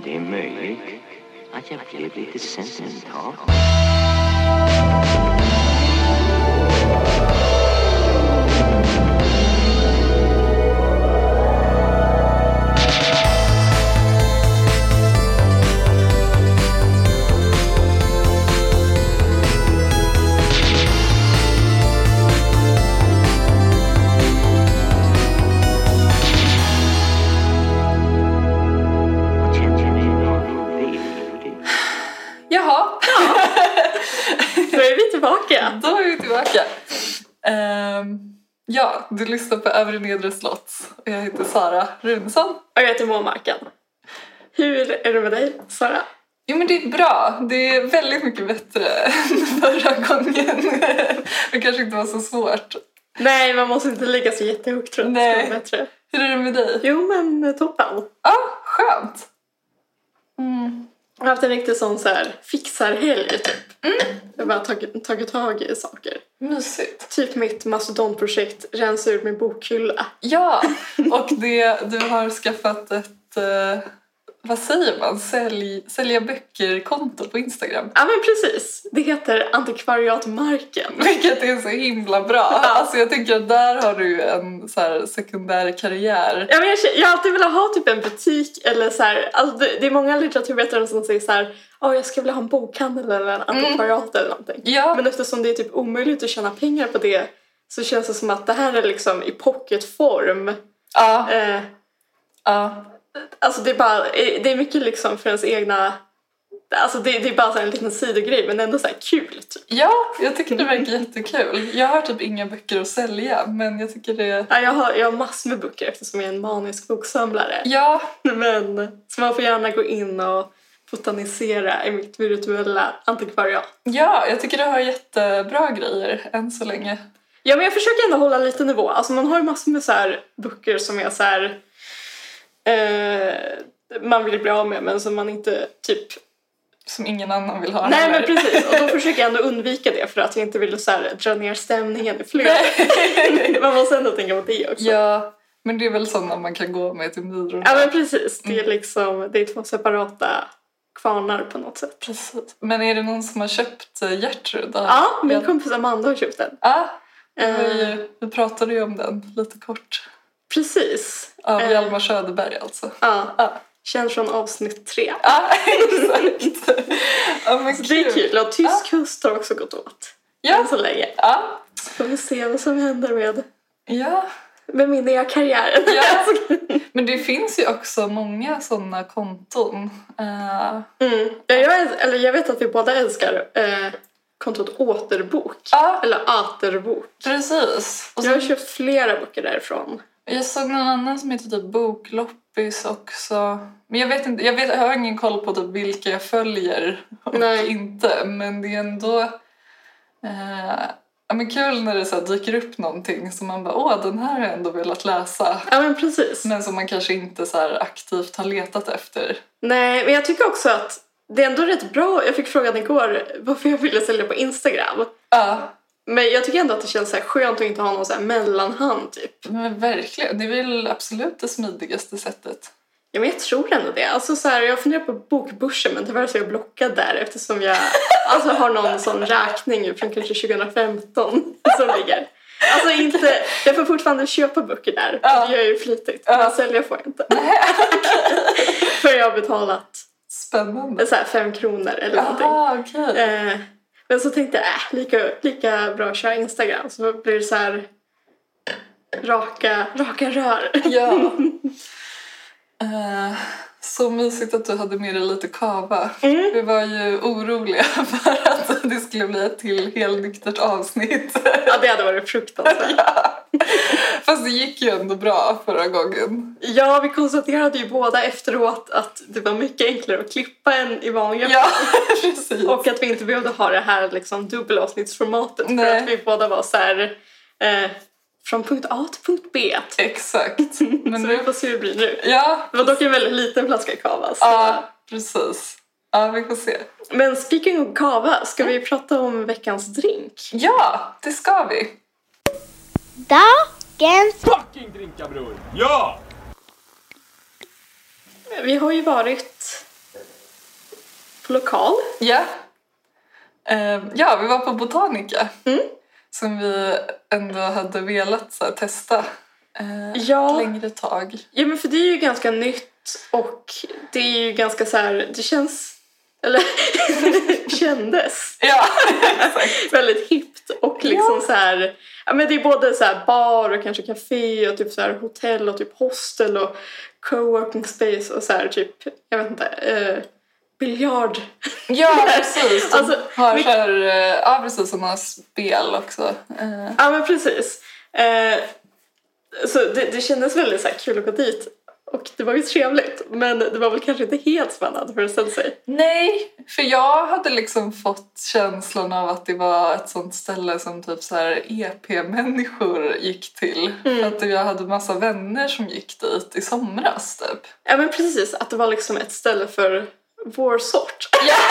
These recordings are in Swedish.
det är möjligt att jag blev lite sentimental. Då är vi tillbaka. Ja, du lyssnar på Övre Nedre Slott. Och jag heter Sara Runesson. Och jag heter Moa Marken. Hur är det med dig, Sara? Jo, men det är bra. Det är väldigt mycket bättre än förra gången. Det kanske inte var så svårt. Nej, man måste inte ligga så jättehögt, tror jag. Nej. Det ska vara bättre. Hur är det med dig? Jo, men toppen. Ja, skönt. Jag har haft en riktig sån så här fixarhelg typ. Jag har bara tagit tag i saker. Mysigt. Typ mitt mastodontprojekt, rensa ut min bokhylla. Ja, och du har skaffat ett, vad säger man, sälja böcker-konto på Instagram. Ja, men precis. Det heter Antikvariatmarken. Vilket är så himla bra. Ja. Alltså jag tänker att där har du en så här sekundär karriär. Ja, men jag har alltid velat ha typ en butik eller så här, alltså det är många litteraturvetare som säger så här: jag skulle vilja ha en bokhandel eller en antikvariat eller någonting. Ja. Men eftersom det är typ omöjligt att tjäna pengar på det, så känns det som att det här är liksom i pocketform. Ja. Alltså det är mycket liksom för ens egna. Alltså det är bara så en liten sidogrej, men ändå så här kul typ. Ja, jag tycker det verkar jättekul. Jag har typ inga böcker att sälja, men jag tycker det... Ja, jag har massor med böcker eftersom jag är en manisk boksamlare. Ja. Men så man får gärna gå in och botanisera i mitt virtuella antikvariat. Ja, jag tycker det har jättebra grejer än så länge. Ja, men jag försöker ändå hålla lite nivå. Alltså man har ju massor med så här böcker som är så här... man vill bli av med, men som man inte typ... Som ingen annan vill ha. Nej, heller. Men precis. Och då försöker jag ändå undvika det för att jag inte vill så här dra ner stämningen i flödet. Man måste ändå tänka på det också. Ja, men det är väl sådana man kan gå med till Myrorna. Ja, men precis. Det är liksom, det är 2 separata kvarnar på något sätt. Precis. Men är det någon som har köpt Gertrud? Ja, min kompis Amanda har köpt den. Ja, vi pratade ju om den lite kort. Precis. Av Hjalmar Söderberg alltså. Ja. Känd från avsnitt 3. Ja, exakt. Ja, men det är kul. Och tysk kust har också gått åt. Ja. Än så länge. Ja. Får vi se vad som händer med min nya karriär. Ja. Men det finns ju också många sådana konton. Jag vet att vi båda älskar kontot Återbok. Eller Aterbok. Precis. Och jag har köpt flera böcker därifrån. Jag såg någon annan som heter typ Bokloppis också. Men jag vet inte, jag har ingen koll på typ vilka jag följer och inte. Men det är ändå men kul när det så här dyker upp någonting som man bara, den här har jag ändå velat läsa. Ja, men precis. Men som man kanske inte så här aktivt har letat efter. Nej, men jag tycker också att det är ändå rätt bra. Jag fick frågan igår varför jag ville sälja på Instagram. Ja. Men jag tycker ändå att det känns så här skönt att inte ha någon så här mellanhand typ. Men verkligen, det är väl absolut det smidigaste sättet. Ja, men jag tror ändå det. Alltså så här, jag funderar på bokbörsen, men tyvärr så är jag blockad där eftersom jag alltså har någon sån räkning från kanske 2015 som ligger. Alltså inte, jag får fortfarande köpa böcker där. Det gör jag ju flitigt. Men sälja får jag inte. För jag har betalat spännande. Så här 5 kronor eller någonting. Okay. Men så tänkte jag, lika bra att köra Instagram. Så blir det så här raka rör. Ja. Så mysigt att du hade med dig lite kava. Vi var ju oroliga för att det skulle bli ett till helnyktert avsnitt. Ja, det hade varit fruktansvärt. Ja. Fast det gick ju ändå bra förra gången. Ja, vi konstaterade ju båda efteråt att det var mycket enklare att klippa än i vanliga fall. Ja, precis. Och att vi inte behövde ha det här liksom dubbelavsnittsformatet. För att vi båda var så här... från punkt A till punkt B. Exakt. Men så vi får se hur det blir nu. Ja. Det var dock en väldigt liten flaska kava. Så. Ja, precis. Ja, vi får se. Men speaking of kava, ska vi prata om veckans drink? Ja, det ska vi. Dagens fucking drinka, bror! Ja! Vi har ju varit på lokal. Ja. Ja, vi var på Botanica. Som vi ändå hade velat så här, testa ett längre tag. Ja, men för det är ju ganska nytt och det är ju ganska så här, det känns, eller kändes väldigt hippt och liksom så här, ja men det är både så här bar och kanske café och typ så här hotell och typ hostel och coworking space och så här typ, jag vet inte, biljard. Ja, precis. De alltså, har så här, precis sådana spel också. Ja, men precis. Så det kändes väldigt så här kul att gå dit. Och det var ju trevligt, men det var väl kanske inte helt spännande för att ställa sig. Nej, för jag hade liksom fått känslan av att det var ett sånt ställe som typ så här EP-människor gick till. För att jag hade massa vänner som gick dit i somras typ. Ja, men precis. Att det var liksom ett ställe för vår sort.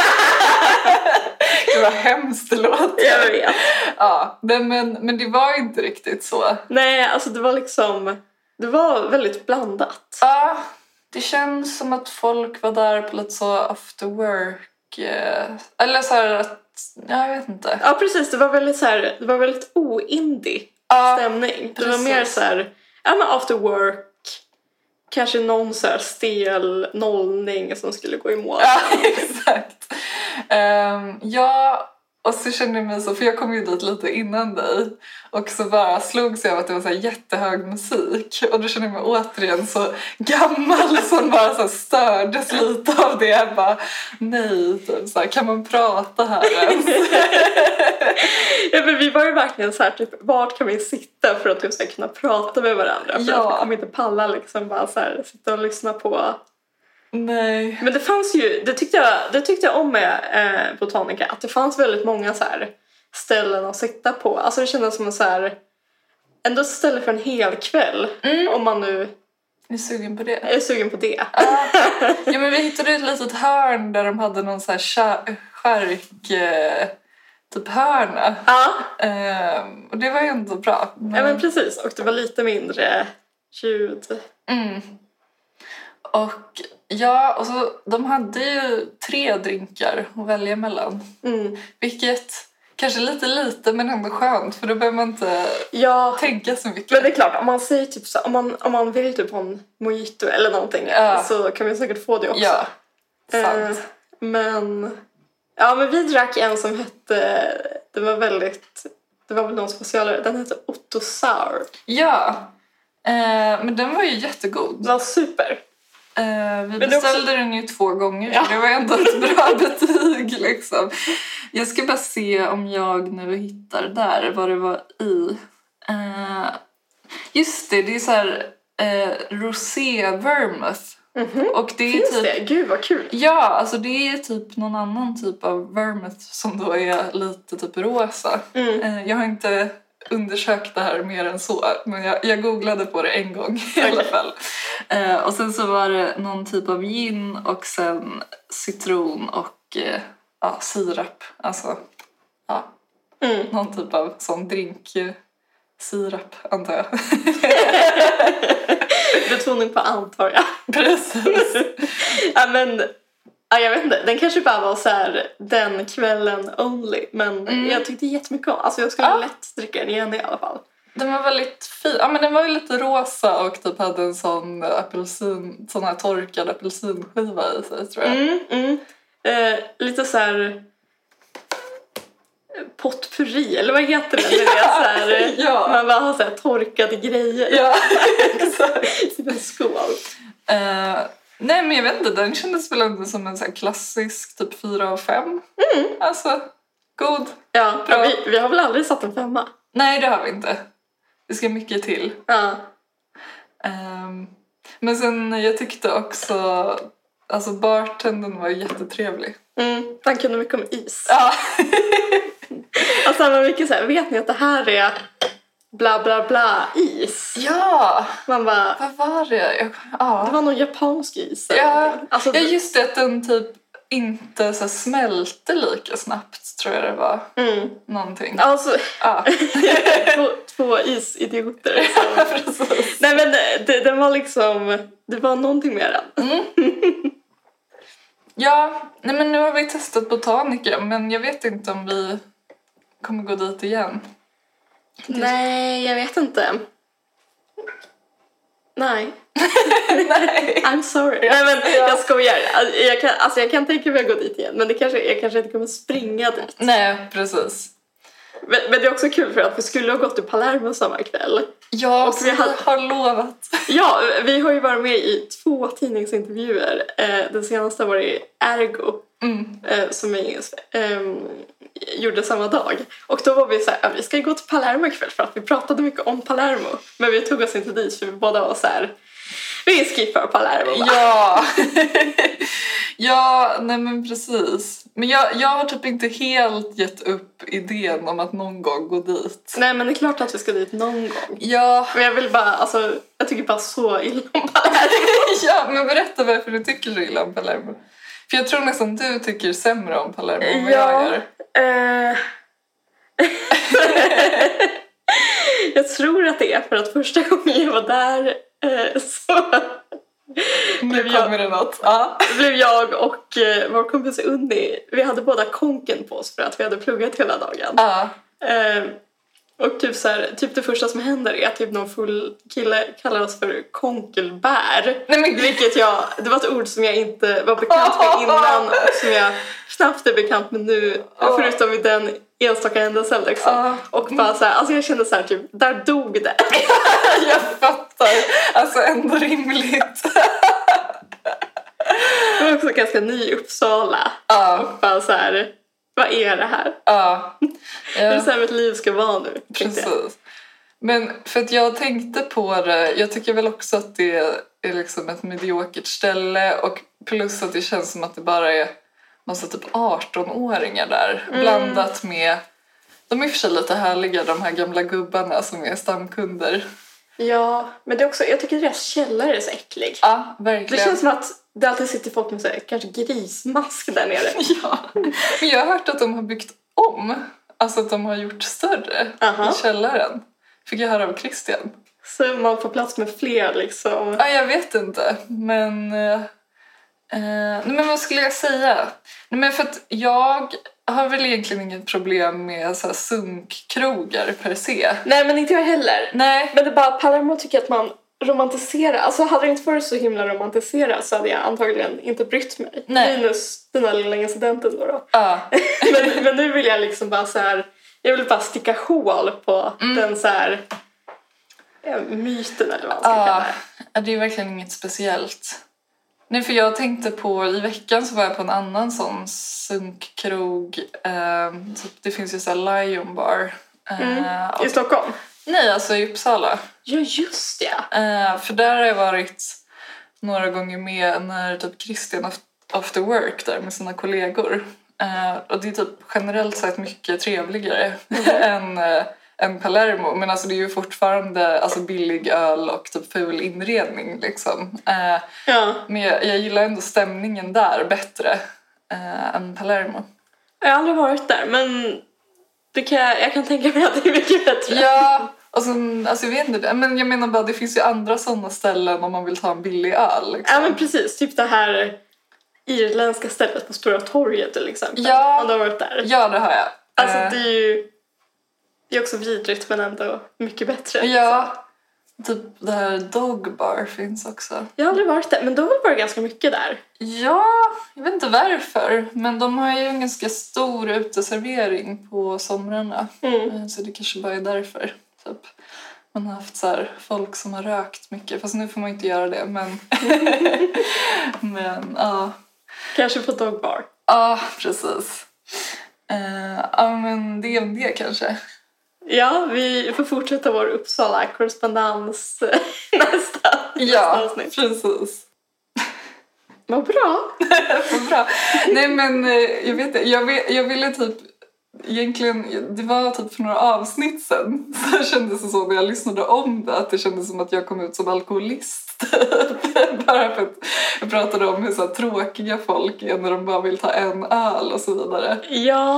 Det var hemskt det låter. Jag vet. Ja, men det var inte riktigt så. Nej, alltså det var liksom... Det var väldigt blandat. Ja, det känns som att folk var där på lite så after work. Eller så här att... Jag vet inte. Ja, precis. Det var väldigt så här... Det var väldigt oindie stämning. Det var mer så här... Ja, men after work. Kanske någon så här stel nollning som skulle gå i mål. Ja, exakt. Ja, och så kände jag mig så, för jag kom ju dit lite innan dig och så bara slogs jag av att det var så här jättehög musik och då kände jag mig återigen så gammal som bara så här stördes lite av det. Jag bara, nej, typ så här, kan man prata här ens? Ja, men vi var ju verkligen så här, typ, vart kan vi sitta för att typ, så här, kunna prata med varandra? För att vi kommer inte palla liksom bara så här, sitta och lyssna på. Nej. Men det fanns ju, det tyckte jag om med Botanica, att det fanns väldigt många så här ställen att sitta på. Alltså det kändes som en så här, ändå ett ställe för en hel kväll. Om man nu är sugen på det. Är sugen på det. Ja, men vi hittade ett litet hörn där de hade någon så här skärk typ hörna. Och det var ju ändå bra. Men... Ja, men precis. Och det var lite mindre ljud. Och ja, och så de hade ju 3 drinkar att välja mellan. Vilket kanske lite men ändå skönt, för då behöver man inte tänka så mycket. Men det är klart, om man säger typ så, om man vill typ ha en mojito eller någonting så kan vi säkert få det också. Ja, sant. Men vi drack en som hette, det var väl någon specialare, den hette Otto Sour. Ja, men den var ju jättegod. Den var super. Vi beställde den ju 2 gånger, så det var ändå ett bra betyg liksom. Jag ska bara se om jag nu hittar där vad det var i. Just det är så här rosé vermouth. Och det är finns typ, det? Gud vad kul. Ja, alltså det är typ någon annan typ av vermouth som då är lite typ rosa. Jag har inte undersökt det här mer än så, men jag googlade på det en gång i alla fall. Och sen så var det någon typ av gin och sen citron och sirap. Alltså, någon typ av sån drinksirap, antar jag. Betoning på antar jag. Precis. Jag vet inte, den kanske bara var så här den kvällen only, men jag tyckte jättemycket om. Alltså jag skulle lätt dricka den igen i alla fall. Den var väldigt fin. Ja, men den var ju lite rosa och typ hade en sån sån här torkad apelsinskiva i sig, tror jag. Lite så här potpurri, eller vad heter det? Det är så här, man bara har så här torkade grejer. Ja, exakt. Typ en skål. Nej, men jag vet inte, den kändes väl ändå som en så här klassisk typ 4 av 5. Alltså, god. Ja, bra. Vi har väl aldrig satt en 5. Nej, det har vi inte. Det ska mycket till. Men sen jag tyckte också, alltså bartendern var jättetrevlig. Han kunde mycket om is. Ja. Alltså han var mycket så här, vet ni att det här är bla bla bla is? Ja! Man bara, vad var det? Det var någon japansk is. Alltså, just det, att den typ inte så smälte lika snabbt, tror jag det var. Någonting. Alltså, två isidioter. Nej, men den var liksom, det var någonting med den. Ja, nej men nu har vi testat Botanica, men jag vet inte om vi kommer gå dit igen. Nej, jag vet inte. Nej. Nej. I'm sorry. Nej, men jag skojar. Jag kan tänka mig att gå dit igen. Men jag kanske inte kommer springa dit. Nej, precis. Men det är också kul för att vi skulle ha gått till Palermo samma kväll. Ja, och vi har lovat. Ja, vi har ju varit med i 2 tidningsintervjuer. Den senaste var i Ergo. Som jag gjorde samma dag. Och då var vi så här, vi ska gå till Palermo ikväll för att vi pratade mycket om Palermo. Men vi tog oss inte dit för vi båda var så här, vi skippar Palermo. Ja. Ja, nej men precis. Men jag har typ inte helt gett upp idén om att någon gång gå dit. Nej, men det är klart att vi ska dit någon gång. Ja. Men jag tycker bara så illa om Palermo. Ja, men berätta varför du tycker så illa om Palermo. För jag tror nästan du tycker sämre om Palermo än vad jag gör. Jag tror att det är för att första gången jag var där så blev jag och vår kompis Unni, vi hade båda konken på oss för att vi hade pluggat hela dagen. Och typ det första som händer är att typ någon full kille kallar oss för konkelbär. Nej, men vilket det var ett ord som jag inte var bekant med innan och som jag knappt är bekant med nu, förutom i den enstaka händelsen liksom. Och bara så här, alltså jag kände så här typ, där dog det. Jag fattar. Alltså ändå rimligt. Jag var också ganska ny i Uppsala. Och bara så här, vad är det här? Det är så här mitt liv ska vara nu. Precis. Men för att jag tänkte på det, jag tycker väl också att det är liksom ett mediokert ställe och plus att det känns som att det bara är massa typ 18-åringar där blandat med, de är för sig lite härliga, de här gamla gubbarna som är stamkunder. Ja, men det är också, jag tycker deras källare är så äcklig. Ja, verkligen. Det känns som att det alltid sitter folk med så här, kanske grismask där nere. Ja, men jag har hört att de har byggt om. Alltså att de har gjort större i källaren. Fick jag höra av Christian. Så man får plats med fler liksom. Ja, jag vet inte. Men vad skulle jag säga? Nej, men för att jag har väl egentligen inget problem med så här sunkkrogar per se. Nej, men inte jag heller. Nej. Men det är bara Palermo tycker att man romantiserar. Alltså hade det inte varit så himla romantiserat så hade jag antagligen inte brytt mig. Nej. Minus den här lilla incidenten då. Ja. men nu vill jag liksom bara så här, jag vill bara sticka hål på den så här myten eller vad man ska kalla det. Ja, det är verkligen inget speciellt. Nej, för jag tänkte på, i veckan så var jag på en annan sån sunkkrog. Så det finns ju så här Lion Bar. I Stockholm? Nej, alltså i Uppsala. Ja, just det. För där har jag varit några gånger med när typ Christian after work där med sina kollegor. Och det är typ generellt sett mycket trevligare än Palermo. Men alltså det är ju fortfarande alltså billig öl och typ ful inredning liksom. Men jag gillar ändå stämningen där bättre än Palermo. Jag har aldrig varit där, men jag kan tänka mig att det är mycket bättre. Ja, och sen, alltså jag vet inte, men jag menar bara det finns ju andra sådana ställen om man vill ta en billig öl liksom. Ja, men precis, typ det här irländska stället på Stora torget till exempel. Ja, om du har varit där. Ja, det har jag. Alltså det är också vidrigt men ändå mycket bättre. Ja, typ det här Dog Bar finns också. Jag har aldrig varit där, men då har väl varit ganska mycket där. Ja, jag vet inte varför. Men de har ju en ganska stor uteservering på somrarna. Så det kanske bara är därför. Typ. Man har haft så här folk som har rökt mycket. Fast nu får man inte göra det, men... men, ja. Kanske på Dog Bar. Ja, precis. Ja, men det är det kanske. Ja, vi får fortsätta vår Uppsala-korrespondens nästa avsnitt. Precis. Vad bra. Vad bra. Nej, men jag vet inte. Jag ville typ... Egentligen, det var typ för några avsnitt sen. Så kändes det så när jag lyssnade om det. Att det kändes som att jag kom ut som alkoholist. Bara för att jag pratade om hur så här tråkiga folk är när de bara vill ta en öl och så vidare. Ja.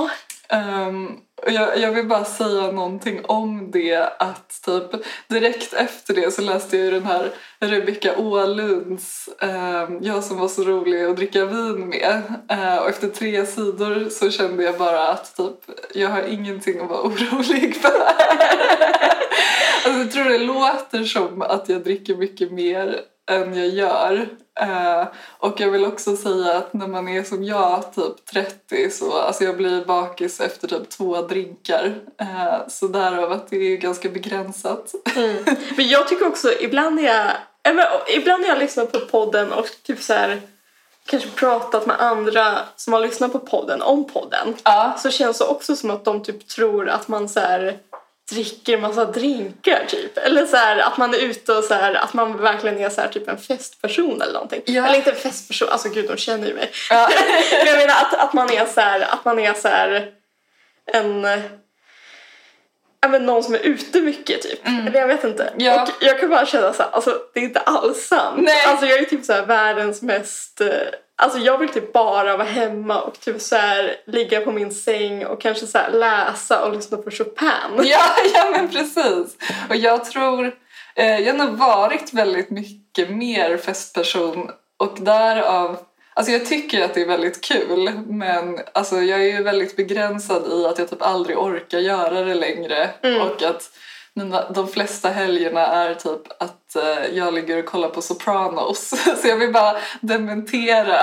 Och jag vill bara säga någonting om det, att typ direkt efter det så läste jag ju den här Rebecca Åhlunds Jag som var så rolig att dricka vin med, och efter 3 sidor så kände jag bara att typ jag har ingenting att vara orolig för. Alltså, jag tror det låter som att jag dricker mycket mer än jag gör. Och jag vill också säga att när man är som jag, typ 30, så alltså jag blir bakis efter typ 2 drinkar. Så därav att det är ganska begränsat. Men jag tycker också ibland när jag lyssnar på podden och typ så här, kanske pratat med andra som har lyssnat på podden om podden, så känns det också som att de typ tror att man så här dricker massa drinkar typ, eller så här att man är ute och så här, att man verkligen är så här typ en festperson eller någonting. Eller inte en festperson, alltså gud, de känner ju mig. Jag menar att man är så här en någon som är ute mycket typ. Eller jag vet inte. Ja. Och jag kan bara känna så här, alltså det är inte alls sant. Nej. Alltså jag är typ så här världens mest, alltså jag vill typ bara vara hemma och typ så här ligga på min säng och kanske så här läsa och lyssna på Chopin. Ja, men precis. Och jag tror jag har varit väldigt mycket mer festperson, och därav, alltså jag tycker att det är väldigt kul, men alltså jag är ju väldigt begränsad i att jag typ aldrig orkar göra det längre. Och att de flesta helgerna är typ att jag ligger och kollar på Sopranos. Så jag vill bara dementera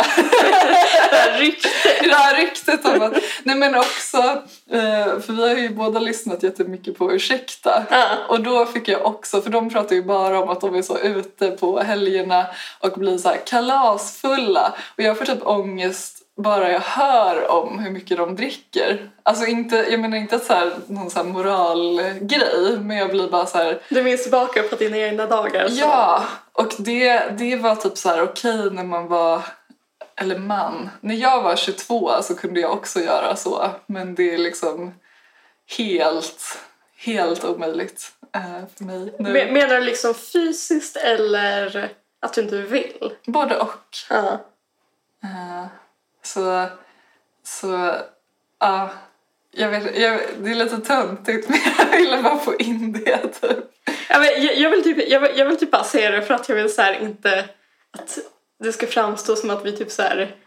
ryktet om att... Nej, men också, för vi har ju båda lyssnat jättemycket på Ursäkta. Och då fick jag också, för de pratar ju bara om att de är så ute på helgerna och blir så här kalasfulla. Och jag får typ ångest bara jag hör om hur mycket de dricker. Alltså inte, jag menar inte så här, någon så här moralgrej, men jag blir bara så här... Du minns tillbaka på dina egna dagar. Så. Ja, och det var typ så här okej när man var... Eller när jag var 22 så kunde jag också göra så. Men det är liksom helt omöjligt för mig nu. Menar du liksom fysiskt eller att du inte vill? Både och. Så jag vet, det är lite töntigt, men jag ville bara få in det typ. Ja, men jag vill typ bara säga det för att jag vill så här inte att det ska framstå som att vi typ så här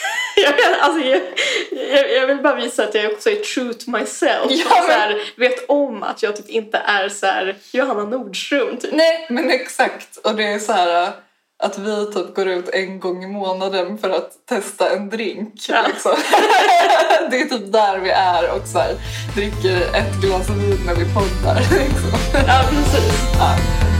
jag vill bara visa att jag också är true to myself. Ja, och så här, vet om att jag typ inte är så här Johanna Nordström typ. Nej, men exakt. Och det är så här att vi typ går ut 1 gång i månaden för att testa en drink. Ja. Liksom. Det är typ där vi är och så här, dricker 1 glas vin när vi poddar. Liksom. Ja, precis. Ja.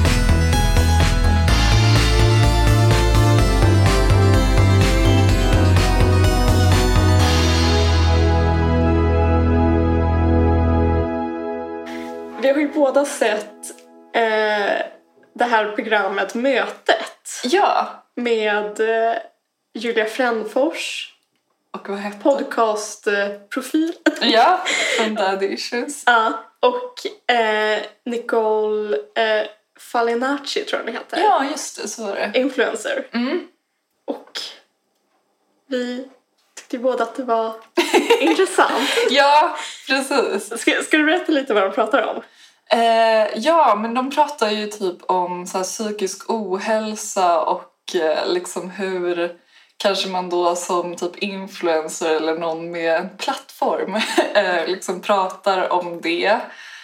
Vi har ju båda sett det här programmet Mötet. Ja. Med Julia Frändfors. Och vad heter podcastprofil. Ja, från Daddy Issues. Ja, och Nicole Falinacci tror jag det heter. Ja, just det, så var det. Influencer. Och vi tyckte båda att det var intressant. Ja, precis. Ska du berätta lite vad de pratar om? Ja, men de pratar ju typ om så här, psykisk ohälsa och liksom hur kanske man då som typ influencer eller någon med en plattform liksom pratar om det.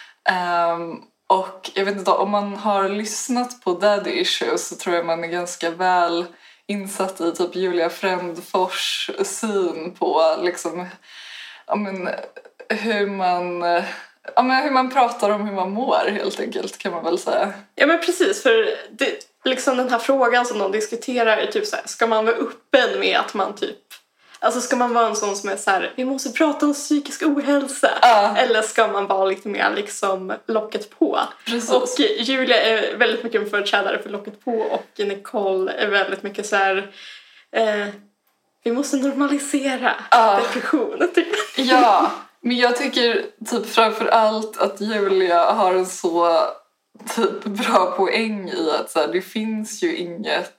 Och jag vet inte, om man har lyssnat på Daddy Issues så tror jag man är ganska väl insatt i typ Julia Frändfors syn på liksom, ja, men, hur man pratar om hur man mår helt enkelt, kan man väl säga. Ja, men precis, för det, liksom den här frågan som de diskuterar är typ så här, ska man vara öppen med att man typ, alltså ska man vara en sån som är så här, vi måste prata om psykisk ohälsa, eller ska man vara lite mer liksom locket på? Precis. Och Julia är väldigt mycket en företrädare för locket på, och Nicole är väldigt mycket så här, vi måste normalisera depression typ. Ja, men jag tycker typ framförallt att Julia har en så typ bra poäng i att så här, det finns ju inget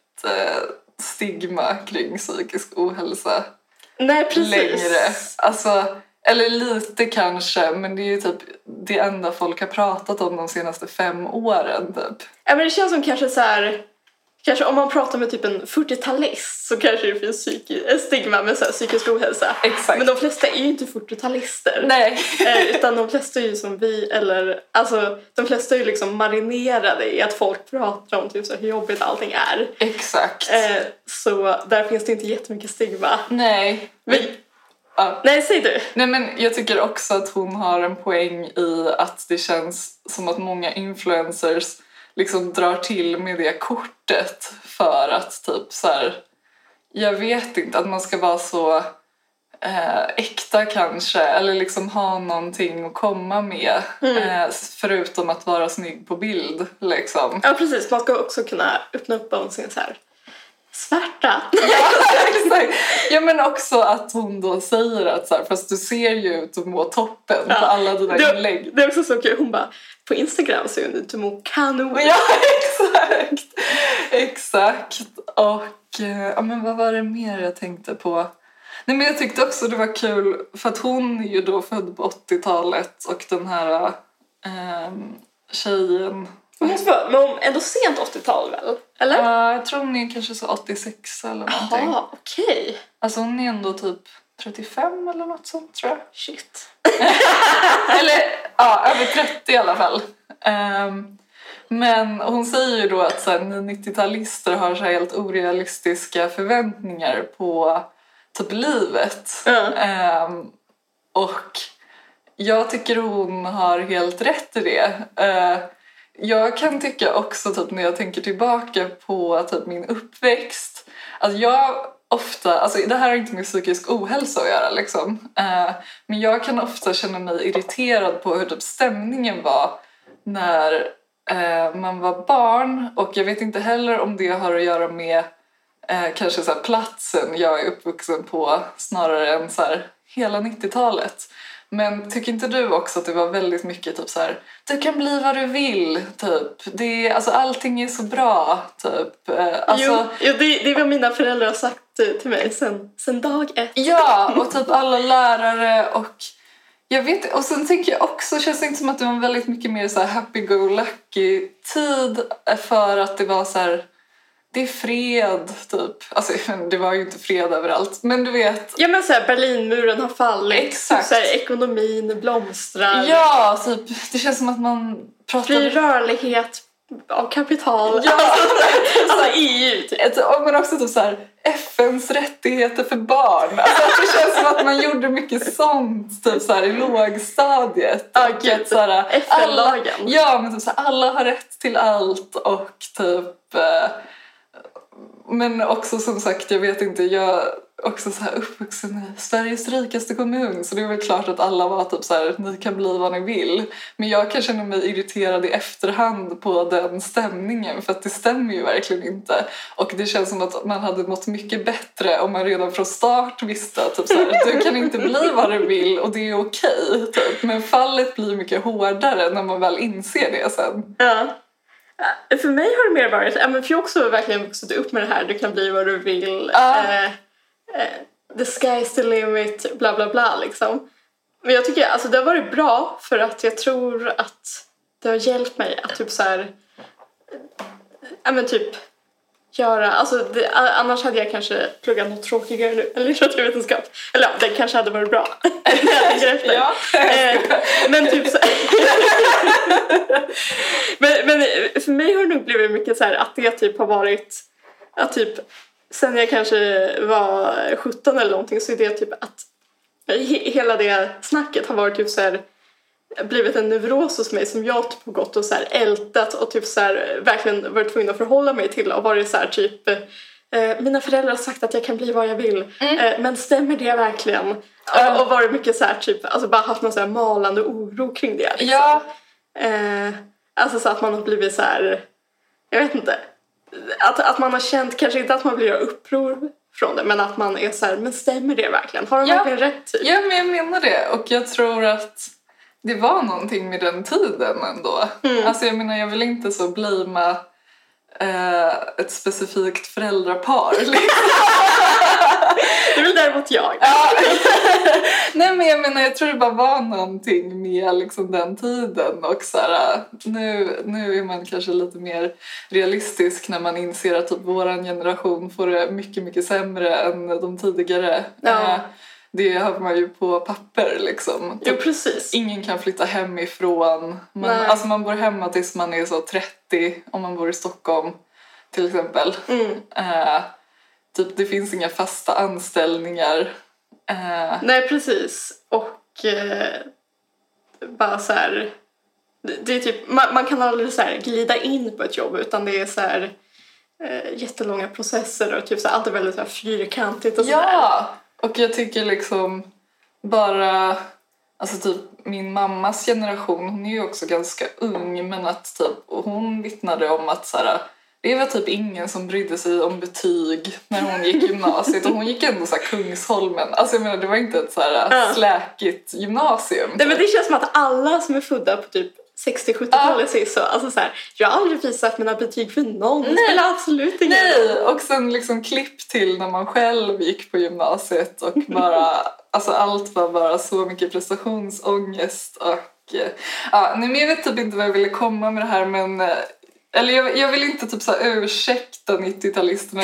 stigma kring psykisk ohälsa. Nej, precis. Längre. Alltså, Eller lite kanske, men det är ju typ det enda folk har pratat om de senaste 5 åren typ. Ja, men det känns som kanske så här... Kanske om man pratar med typ en 40-talist så kanske det finns stigma med så här psykisk ohälsa. Exakt. Men de flesta är ju inte 40-talister. Nej. Utan de flesta är ju som vi, eller alltså de flesta är ju liksom marinerade i att folk pratar om typ så hur jobbigt allting är. Exakt. Så där finns det inte jättemycket stigma. Nej. Ja. Nej, säg du. Nej, men jag tycker också att hon har en poäng i att det känns som att många influencers liksom drar till med det kortet för att typ så här, jag vet inte, att man ska vara så äkta kanske, eller liksom ha någonting att komma med förutom att vara snygg på bild liksom. Ja, precis. Man ska också kunna öppna upp om sin så här svärta. Ja, exakt. Ja, men också att hon då säger att så här, fast du ser ju ut att må toppen på alla dina inlägg. Det är också så kul. Hon bara, på Instagram ser hon ut att må kanon. Ja, exakt. Och ja, men vad var det mer jag tänkte på? Nej, men jag tyckte också det var kul för att hon är ju då född på 80-talet och den här tjejen... Men hon ändå sent 80-tal väl? Eller? Ja, jag tror hon är kanske så 86 eller någonting. Jaha, okej. Alltså hon är ändå typ 35 eller något sånt, tror jag. Shit. Eller ja, över 30 i alla fall. Men hon säger ju då att så här, ni 90-talister har så här helt orealistiska förväntningar på typ livet. Och jag tycker hon har helt rätt i det. Jag kan tycka också typ när jag tänker tillbaka på typ min uppväxt att jag ofta, alltså det här har inte med psykisk ohälsa att göra liksom, men jag kan ofta känna mig irriterad på hur typ stämningen var när man var barn, och jag vet inte heller om det har att göra med kanske så här platsen jag är uppvuxen på snarare än så här hela 90-talet. Men tycker inte du också att det var väldigt mycket typ så här, du kan bli vad du vill typ, det, alltså allting är så bra typ, alltså, jo det var mina föräldrar har sagt till mig sen dag 1. Ja, och typ alla lärare, och jag vet, och sen tänker jag också, känns det inte som att det var en väldigt mycket mer så här happy-go-lucky tid, för att det var så här, det är fred typ, alltså det var ju inte fred överallt, men du vet. Ja, men så här, Berlinmuren har fallit. Exakt. Så här, ekonomin blomstrar. Ja, typ, det känns som att man pratar... Fri rörlighet av kapital. Ja, alltså EU typ. Men också typ så här, FNs rättigheter för barn. Alltså det känns som att man gjorde mycket sånt typ så här i lågstadiet. Ja, och gud, att så här, FN-lagen. Ja, men typ så här, alla har rätt till allt, och typ men också som sagt, jag vet inte, jag också så här uppvuxen i Sveriges rikaste kommun, så det är väl klart att alla var typ så här, ni kan bli vad ni vill, men jag kan känna mig irriterad i efterhand på den stämningen, för att det stämmer ju verkligen inte, och det känns som att man hade mått mycket bättre om man redan från start visste typ så här, du kan inte bli vad du vill och det är okej typ. Men fallet blir mycket hårdare när man väl inser det sen. Ja. För mig har det mer varit, men för jag också verkligen vuxit upp med det här, du kan bli vad du vill, the sky's the limit, bla bla bla liksom. Men jag tycker alltså det har varit bra, för att jag tror att det har hjälpt mig att typ så här, men typ göra, alltså annars hade jag kanske pluggat något tråkigare nu, eller litteraturvetenskap, eller ja, det kanske hade varit bra. Ja. Men typ så men för mig har det nog blivit mycket så här att det typ har varit att typ sen jag kanske var 17 eller någonting, så är det typ att hela det snacket har varit typ så här, blivit en neuros hos mig som jag typ har gått och så här ältat och typ så här verkligen varit tvungen att förhålla mig till, och varit så här typ mina föräldrar har sagt att jag kan bli vad jag vill, men stämmer det verkligen? Och varit mycket så här typ, alltså bara haft någon så här malande oro kring det liksom. Ja. Alltså så att man har blivit så här, jag vet inte, att man har känt, kanske inte att man blir uppror från det, men att man är så här, men stämmer det verkligen? Har de verkligen rätt typ? Ja, men jag menar det, och jag tror att det var någonting med den tiden ändå. Alltså jag menar, jag vill inte så blima ett specifikt föräldrapar liksom. Det är väl däremot jag. Ja. Nej, men jag menar, jag tror det bara var någonting med liksom den tiden. Och så här, nu är man kanske lite mer realistisk när man inser att typ våran generation får det mycket, mycket sämre än de tidigare. Ja. Det har man ju på papper liksom. Jo, precis. Ingen kan flytta hemifrån. Man bor hemma tills man är så 30 om man bor i Stockholm till exempel. Typ, det finns inga fasta anställningar. Nej, precis. Och bara så här... Det är typ, man kan aldrig så här glida in på ett jobb, utan det är så här jättelånga processer och typ så här, allt är väldigt så här fyrkantigt och sådär. Ja, och jag tycker liksom bara... Alltså typ min mammas generation, hon är ju också ganska ung, men att typ hon vittnade om att så här, det var typ ingen som brydde sig om betyg när hon gick gymnasiet, och hon gick ändå så här Kungsholmen. Alltså jag menar, det var inte ett så här släkigt gymnasium. Nej, men det känns som att alla som är födda på typ 60-70-talet säger så. Alltså så här, jag har aldrig visat mina betyg för någon. Det spelar absolut ingen roll. Nej, och sen liksom klipp till när man själv gick på gymnasiet och bara, alltså allt var bara så mycket prestationsångest och nej, men jag vet typ inte vad jag ville komma med det här, men eller jag vill inte typ så här ursäkta 90-talisterna.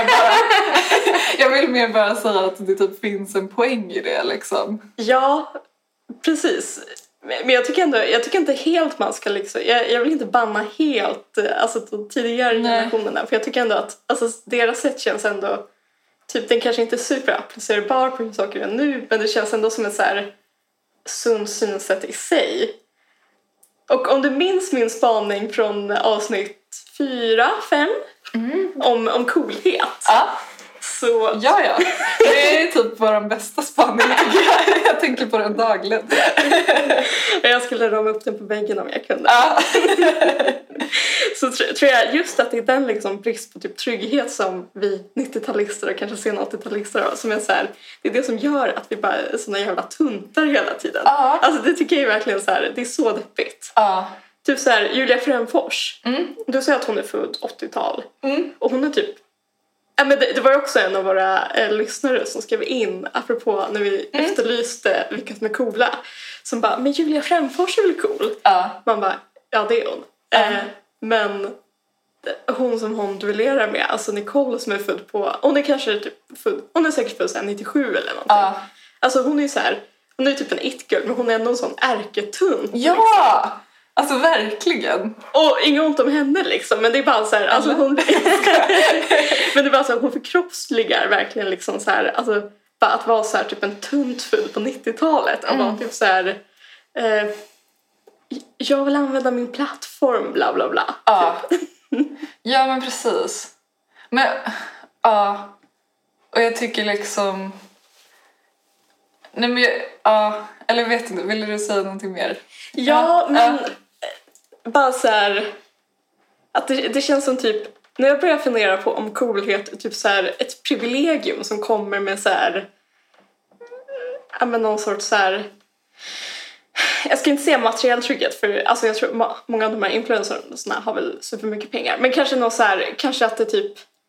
Jag vill mer bara säga att det typ finns en poäng i det liksom. Ja, precis. Men jag tycker inte helt man ska liksom, jag vill inte banna helt alltså de tidigare generationerna, för jag tycker ändå att alltså, deras sätt känns ändå typ, den kanske inte är superapplicerbar på hur saker är nu, men det känns ändå som ett så här sunt synsätt i sig. Och om du minns min spaning från avsnitt 4-5 om coolhet. Ja. Så... Ja. Det är typ vår bästa spaning. Jag tänker på den dagligen. Jag skulle rama upp den på väggen om jag kunde. Ja. Så tror jag just att det är den liksom brist på typ trygghet som vi 90-talister och kanske sena 80-talister har, som är så här, det är det som gör att vi bara är såna jävla tuntar hela tiden. Ja. Alltså det tycker jag är verkligen så här, det är så deppigt. Ja. Typ så här, Julia Fränfors. Du säger att hon är född 80-tal. Och hon är typ... Ja, men det var ju också en av våra lyssnare som skrev in, apropå när vi efterlyste vilka som är coola. Som bara, men Julia Fränfors är väl cool? Ja. Man bara, ja det är hon. Men hon som hon duellerar med, alltså Nicole som är född på... Hon är kanske typ född... Hon är säkert född 97 eller någonting. Ja. Alltså hon är ju så här... Hon är ju typ en it-girl, men hon är ändå en sån ärketunt. Ja! Liksom. Alltså verkligen. Och inget ont om henne liksom, men det är bara så här, alltså hon men det är bara så här, hon förkroppsligar verkligen liksom så här, alltså bara att vara så här typ en tunt full på 90-talet och vara typ så här jag vill använda min plattform bla bla bla. Ja. Typ. Ja, men precis. Men ja, och jag tycker liksom nej men eller jag vet inte, ville du säga någonting mer? Ja, men bara så här att det känns som typ när jag börjar fundera på om coolhet är typ så här ett privilegium som kommer med så här ja men någon sorts så här, jag ska inte säga materiell trygghet, för alltså jag tror många av de här influencerna har väl supermycket pengar, men kanske någon så här, kanske att det typ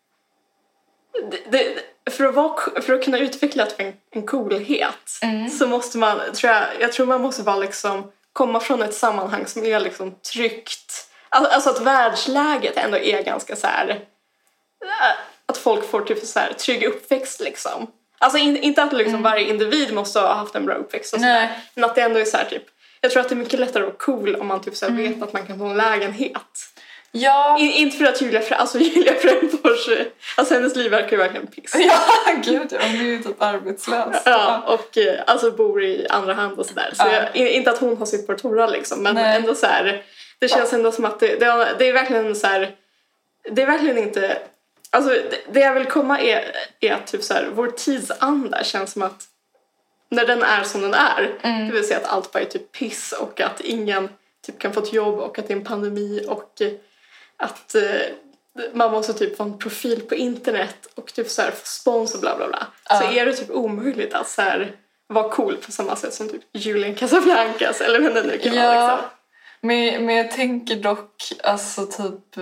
för att kunna utveckla en coolhet så måste man, jag tror man måste vara liksom komma från ett sammanhang som är liksom tryggt. Alltså att världsläget ändå är ganska så här, att folk får typ så här trygg uppväxt liksom. Alltså inte att liksom varje individ måste ha haft en bra uppväxt och sådär, men att det ändå är så här typ, jag tror att det är mycket lättare att vara cool om man typ så här vet att man kan få en lägenhet. Ja. Inte för att Julia Fränfors, alltså hennes liv verkar ju verkligen piss. Ja, gud, hon är ju typ arbetslös. Ja, och alltså bor i andra hand och sådär. Så inte att hon har sitt på torra liksom, men ändå så här, det känns ändå som att det är verkligen så här, det är verkligen inte, alltså det jag vill komma är att typ så här, vår tidsanda känns som att när den är som den är, det vill säga att allt bara är typ piss och att ingen typ kan få ett jobb och att det är en pandemi och att man måste typ få en profil på internet och typ så här få spons och bla bla bla. Så är det typ omöjligt att så här vara cool på samma sätt som typ Julian Casablancas eller vem det nu kan vara liksom. Men jag tänker dock alltså typ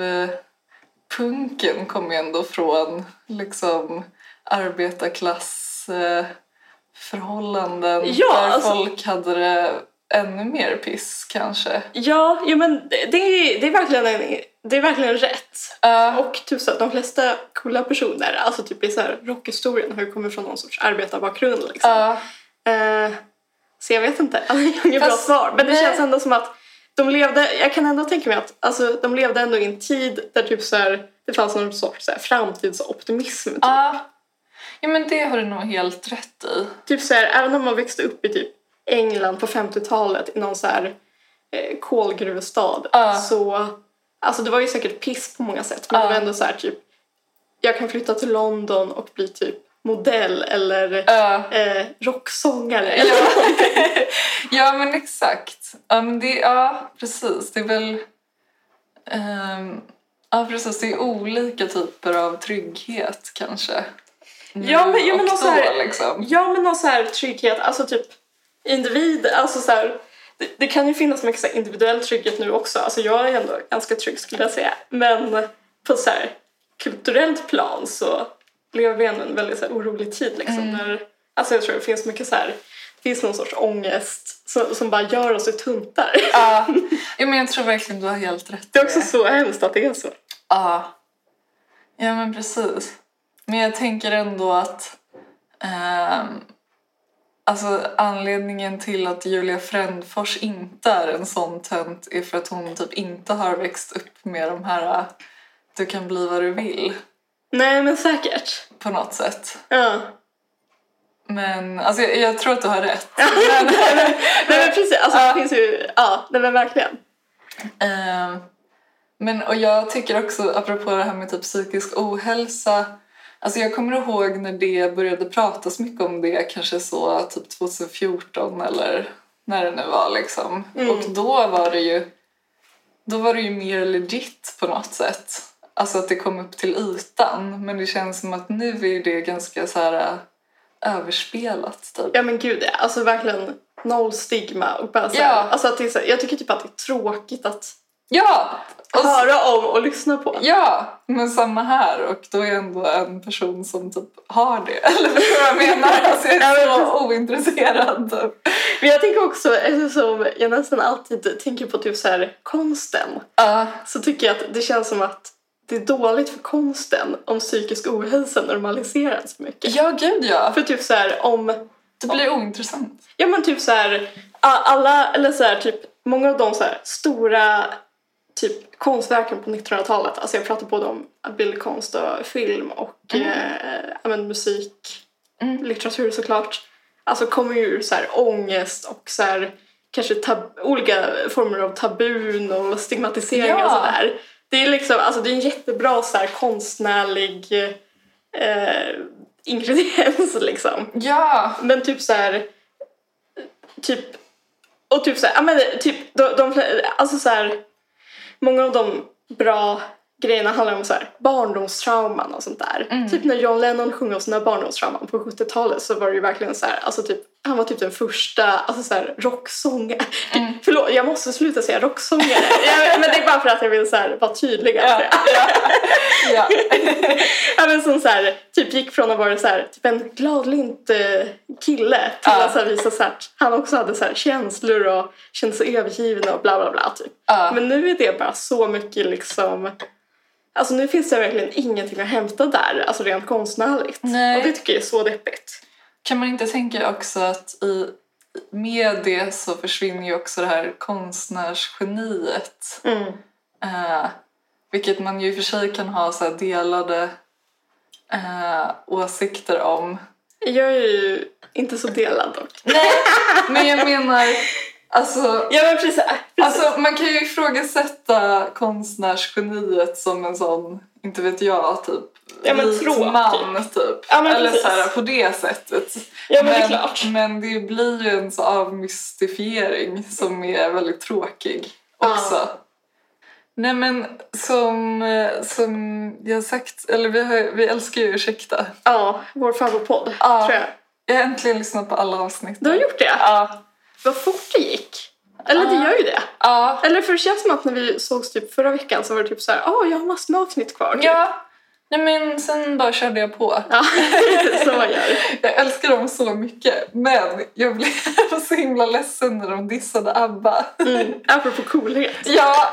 punken kommer ju ändå från liksom arbetarklass förhållanden Ja, där alltså, folk hade det ännu mer piss kanske. ja, men det är verkligen rätt. Och typ så att de flesta coola personer, alltså typ i så här rockhistorien, har ju kommit från någon sorts arbetarbakgrund liksom. Så jag vet inte, jag har inget bra svar. Men det känns ändå som att de levde, jag kan ändå tänka mig att alltså, de levde ändå i en tid där typ så här, det fanns någon sorts så här, framtidsoptimism typ. Ja, men det har du nog helt rätt i. Typ så här, även om man växte upp i typ England på 50-talet i någon så här kolgruvstad, så alltså det var ju säkert piss på många sätt, men det var ändå så här typ, jag kan flytta till London och bli typ modell eller rocksångare eller någonting. Ja, men exakt. Men precis. Det är väl precis, det är olika typer av trygghet kanske. Ja, men också här, liksom. Ja, men någon så här trygghet, alltså typ individ, alltså så här, det kan ju finnas mycket så här individuell trygghet nu också. Alltså jag är ändå ganska trygg skulle jag säga. Men på så här kulturellt plan så lever vi ändå en väldigt så här orolig tid liksom. När, alltså jag tror det finns mycket så här, det finns någon sorts ångest som bara gör oss i tuntar. Ja, men jag tror verkligen du har helt rätt. Det är också så hemskt att det är så. Ja, men precis. Men jag tänker ändå att alltså anledningen till att Julia Frändfors inte är en sån tönt är för att hon typ inte har växt upp med de här du kan bli vad du vill. Nej, men säkert. På något sätt. Ja. Men alltså jag tror att du har rätt. Nej, men precis. Alltså det finns ju, nej men verkligen. Men och jag tycker också, apropå det här med typ psykisk ohälsa, alltså jag kommer ihåg när det började pratas mycket om det, kanske så typ 2014 eller när det nu var liksom. Och då var det ju mer legit på något sätt. Alltså att det kom upp till ytan, men det känns som att nu är det ganska så här överspelat typ. Ja men gud, alltså verkligen noll stigma och bara så här, alltså att det är så här, jag tycker typ att det är tråkigt att höra om och lyssna på. Ja, men samma här. Och då är jag ändå en person som typ har det. Eller vad jag menar? Alltså jag är så ointresserad. Typ. Men jag tänker också, eftersom jag nästan alltid tänker på typ så här konsten. Så tycker jag att det känns som att det är dåligt för konsten om psykisk ohälsa normaliseras för mycket. Ja, gud ja. För typ så här om... Det blir ointressant. Ja, men typ så här alla, eller så här typ många av de så här stora typ konstverken på 1900-talet. Alltså jag pratar både om bildkonst och film och musik, litteratur såklart. Alltså kommer ju ur så här ångest och så här kanske olika former av tabun och stigmatisering och sådär. Det är liksom, alltså det är en jättebra så här konstnärlig ingrediens liksom. Ja. Men typ så här typ och typ så här, men typ alltså så här, många av de bra grejerna handlar om så här barndomstrauman och sånt där. Typ när John Lennon sjöng om sina barndomstrauman på 70-talet så var det ju verkligen så här, alltså typ han var typ den första alltså så här rocksångare. Förlåt, jag måste sluta säga rocksångare. Men det är bara för att jag vill så här vara tydlig. Ja, men som så här typ gick från att vara så här typ en gladlynt kille till att så här visa så här, han också hade så här känslor och kände sig övergiven och bla bla bla typ. Men nu är det bara så mycket liksom, alltså nu finns det verkligen ingenting att hämta där, alltså rent konstnärligt. Nej. Och det tycker jag är så deppigt. Kan man inte tänka också att med det så försvinner ju också det här konstnärsgeniet. Vilket man ju i och för sig kan ha så här delade åsikter om. Jag är ju inte så delad dock. Nej, men jag menar... Alltså, ja, men precis. Alltså, man kan ju ifrågasätta konstnärsgeniet som en sån, inte vet jag, typ vit man typ. Ja, eller så här, på det sättet. Ja, men det är klart. Men det blir ju en så avmystifiering som är väldigt tråkig också. Nej, men som jag sagt, eller vi älskar ju Ursäkta. Ja, vår favoritpodd, tror jag. Jag har äntligen lyssnat på alla avsnitt. Du har gjort det? Ja. Vad fort det gick. Eller det gör ju det. Eller för det känns som att när vi sågs typ förra veckan så var det typ så här, jag har massor med avsnitt kvar. Typ. Ja, Nej, men sen bara körde jag på. Ja, så man gör. Jag älskar dem så mycket. Men jag blev så himla ledsen när de dissade ABBA. Apropå coolhet. Ja.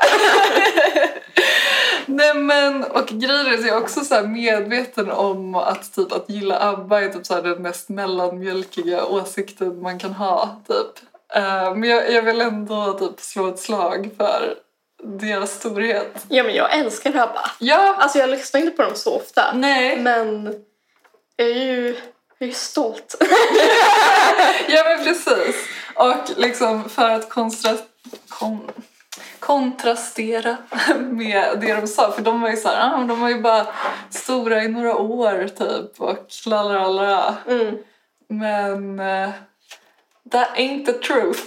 Nej, men och grejen är att jag är också så här medveten om att typ att gilla ABBA är typ så här den mest mellanmjölkiga åsikten man kan ha typ. Men jag vill ändå typ slå ett slag för deras storhet. Ja, men jag älskar ABBA. Ja. Alltså jag lyssnar inte på dem så ofta. Nej. Men jag är ju stolt. Ja, men precis. Och liksom för att kontrastera med det de sa. För de var ju så här, de var ju bara stora i några år typ. Och lalala. Men that ain't the truth.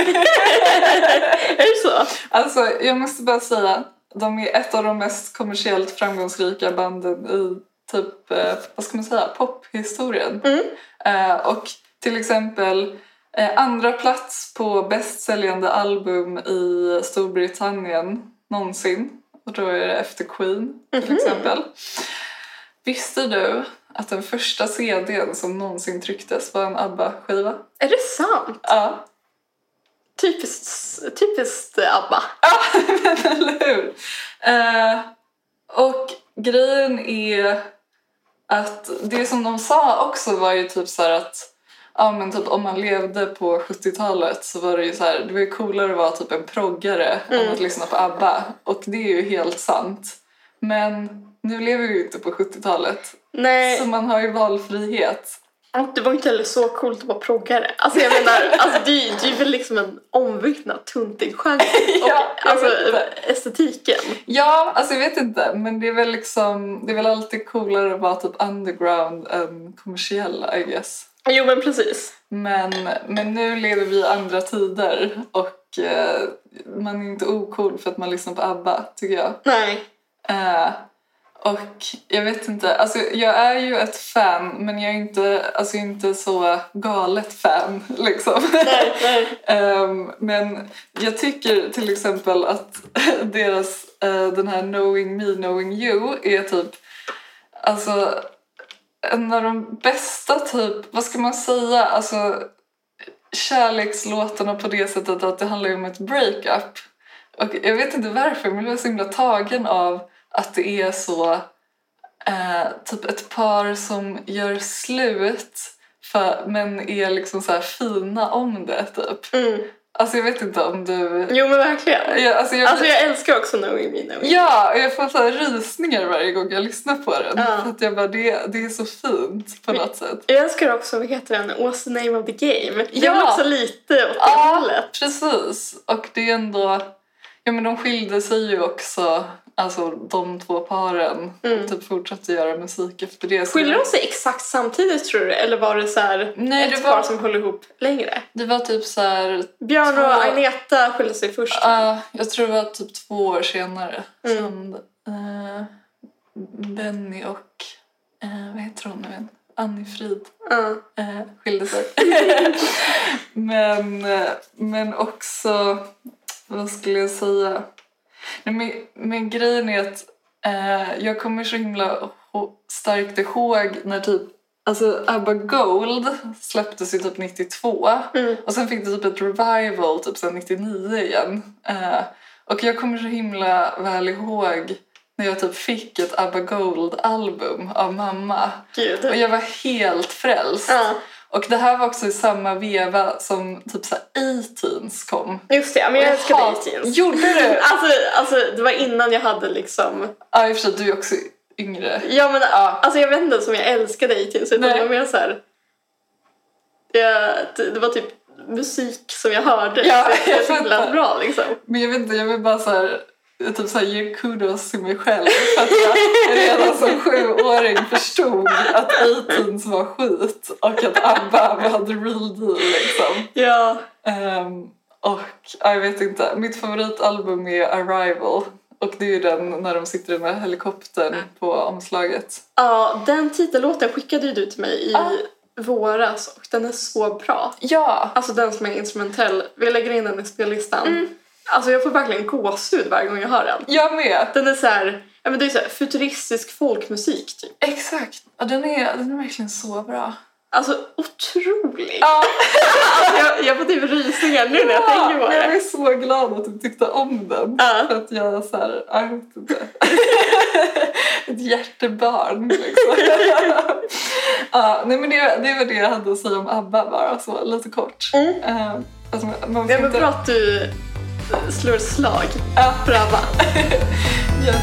Är det så? Alltså, jag måste bara säga, de är ett av de mest kommersiellt framgångsrika banden i typ, vad ska man säga, pophistorien. Och till exempel andra plats på bästsäljande album i Storbritannien någonsin. Och då är det efter Queen till exempel. Visste du att den första CD:n som någonsin trycktes var en ABBA-skiva? Är det sant? Ja. Typiskt ABBA. Ja, eller hur? Och grejen är att det som de sa också var ju typ så här att men typ om man levde på 70-talet så var det ju så här, det var ju coolare att vara typ en proggare än att lyssna på ABBA. Och det är ju helt sant. Men nu lever vi ju inte på 70-talet. Nej. Så man har ju valfrihet. Och det var inte heller så coolt att vara proggare. Alltså jag menar, alltså det är väl liksom en omvittnad tuntig genre. Ja, och alltså estetiken. Ja, alltså jag vet inte. Men det är väl liksom, det är väl alltid coolare att vara typ underground än kommersiell, I guess. Jo, men precis. Men nu lever vi i andra tider. Och man är inte ocool för att man lyssnar på ABBA, tycker jag. Nej. Och jag vet inte, alltså jag är ju ett fan, men jag är inte så galet fan liksom. Nej. Men jag tycker till exempel att deras den här Knowing Me, Knowing You är typ alltså en av de bästa typ, vad ska man säga, alltså kärlekslåtarna på det sättet att det handlar om ett breakup. Och jag vet inte varför, men jag är så himla tagen av att det är så typ ett par som gör slut men är liksom så här fina om det typ. Alltså jag vet inte om du... Jo, men verkligen. Jag älskar också Knowing Me, Knowing You. Ja, och jag får så här rysningar varje gång jag lyssnar på den. För att jag bara, det är så fint på något sätt. Jag älskar också, vad heter den? What's the name of the game? Det är också lite åt det hållet. Precis. Och det är ändå... Ja, men de skilde sig ju också, alltså de två paren, och typ fortsatte göra musik efter det. Skilde de sig exakt samtidigt, tror du? Eller var det så här par som höll ihop längre? Det var typ så här... Björn och Agneta skilde sig först. Ja, jag tror det var typ 2 år senare som Benny och, vad heter hon nu? Annie Frid skilde sig. men också... Vad skulle jag säga? Men grejen är att jag kommer så himla starkt ihåg när typ... Alltså ABBA Gold släpptes ju typ 92. Och sen fick det typ ett revival typ sen 99 igen. Och jag kommer så himla väl ihåg när jag typ fick ett ABBA Gold-album av mamma. Gud. Och jag var helt frälst. Och det här var också i samma veva som typ så A-Teens kom. Just det, men jag älskade A-Teens. Gjorde du? Alltså det var innan jag hade liksom... Ja, i och för sig, du är också yngre. Ja, men alltså jag vet inte som jag älskade A-Teens. Utan det var mer så här... Det var typ musik som jag hörde. Ja, jag tyckte det lät bra liksom. Men jag vet inte, jag vill bara så här... Typ såhär ge kudos till mig själv. För att jag redan som 7-åring förstod att A-Teens var skit. Och att ABBA var the real deal liksom. Ja. Och jag vet inte. Mitt favoritalbum är Arrival. Och det är ju den när de sitter i den här helikoptern på omslaget. Ja, den titellåten skickade ju du till mig i våras. Och den är så bra. Ja. Alltså den som är instrumentell. Vi lägger in den i spellistan. Alltså jag får verkligen gåshud varje gång jag hör den. Jag med. Den är så här, Ja, men det är så här futuristisk folkmusik typ. Exakt. Ja, den är verkligen så bra. Alltså otrolig. Ja. Alltså, jag får typ rysningar nu när jag tänker på det. Jag är så glad att du tyckte om den. Ja. För att jag så här, jag vet inte. Ett hjärtebarn liksom. Ja, nej men det var det jag hade att säga om ABBA bara så lite kort. Alltså, man Det är bra att du slår ett slag för ABBA. Yes.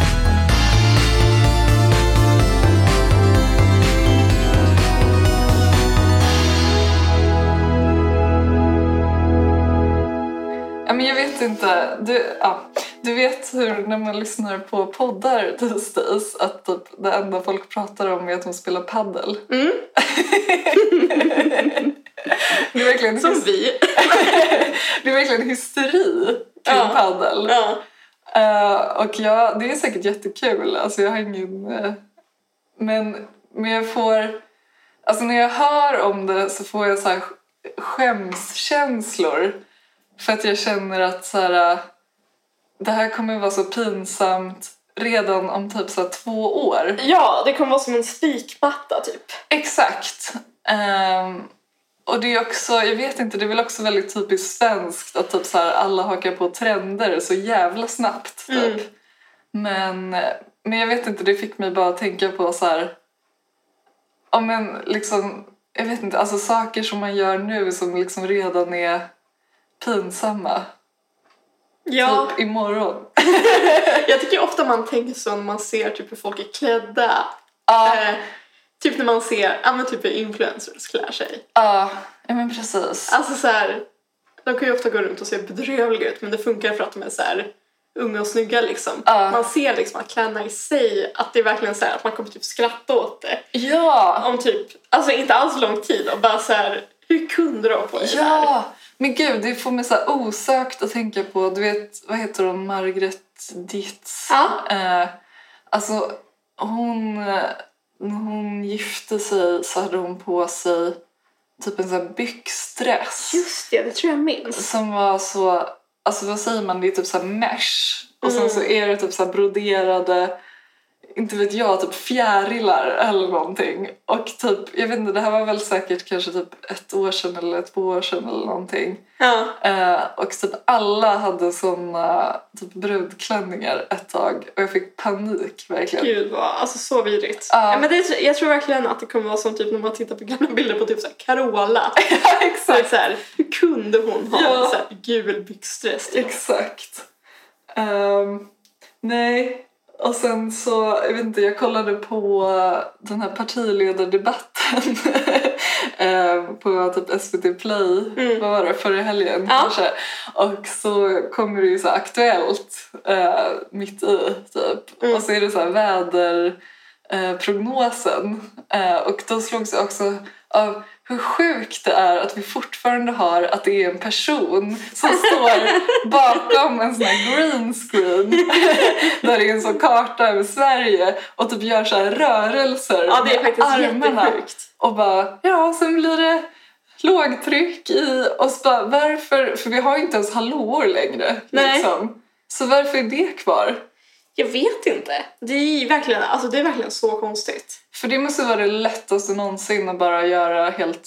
Ja, men jag vet inte. Du vet hur när man lyssnar på poddar these days att typ, det enda folk pratar om är att de spelar paddel. Det är verkligen som vi. Det är verkligen hysteri kring paddel. Ja. Och det är säkert jättekul. Alltså jag har ingen... Men jag får... Alltså när jag hör om det så får jag så här skämskänslor. För att jag känner att så här, det här kommer vara så pinsamt redan om typ så här 2 år. Ja, det kommer vara som en spikmatta typ. Exakt. Och det är också, jag vet inte, det är väl också väldigt typiskt svenskt att typ så här, alla hakar på trender så jävla snabbt typ. Men jag vet inte, det fick mig bara att tänka på så här, ja men liksom, jag vet inte, alltså saker som man gör nu som liksom redan är pinsamma. Ja. Typ imorgon. Jag tycker ofta man tänker så när man ser typ hur folk är klädda. Typ när man ser typ hur influencers klär sig. Ja, men precis. Alltså så här, de kan ju ofta gå runt och se bedrövliga ut, men det funkar för att de är så här unga och snygga liksom. Man ser liksom att kläderna i sig, att det är verkligen så här att man kommer typ skratta åt det. Ja. Om typ, alltså inte alls lång tid och bara så här, hur kunde du ha på dig det där? Men gud, det får mig så här osökt att tänka på, du vet, vad heter hon? Margaret Dietz. Alltså, hon gifte sig så hade hon på sig typ en sån här byxdress. Just det tror jag minns. Som var så, alltså vad säger man, det är typ så här mesh. Och sen så är det typ så här broderade, inte vet jag, typ fjärilar eller någonting. Och typ, jag vet inte, det här var väl säkert kanske typ 1 år sedan eller 2 år sedan eller någonting. Och typ alla hade såna typ brudklänningar ett tag. Och jag fick panik, verkligen. Gud, vad, alltså så vidrigt. Men jag tror verkligen att det kommer vara som typ när man tittar på gamla bilder på typ så här Carola. Exakt. Så här, hur kunde hon ha en så här gul byxdress? Typ? Exakt. Nej. Och sen så, jag vet inte, jag kollade på den här partiledardebatten på typ SVT Play, vad var det, förra helgen kanske. Och så kommer det ju så Aktuellt mitt i typ. Och så är det så här väderprognosen. Och då slogs jag också av hur sjukt det är att vi fortfarande har att det är en person som står bakom en sån här green screen där det är en sån karta över Sverige och typ gör så här rörelser det är faktiskt armarna. jättesjukt. Och bara, sen blir det lågtryck i och så bara, varför? För vi har ju inte ens hallåor längre. Nej. Liksom. Så varför är det kvar? Jag vet inte. Det är verkligen så konstigt. För det måste vara det lättaste någonsin att bara göra helt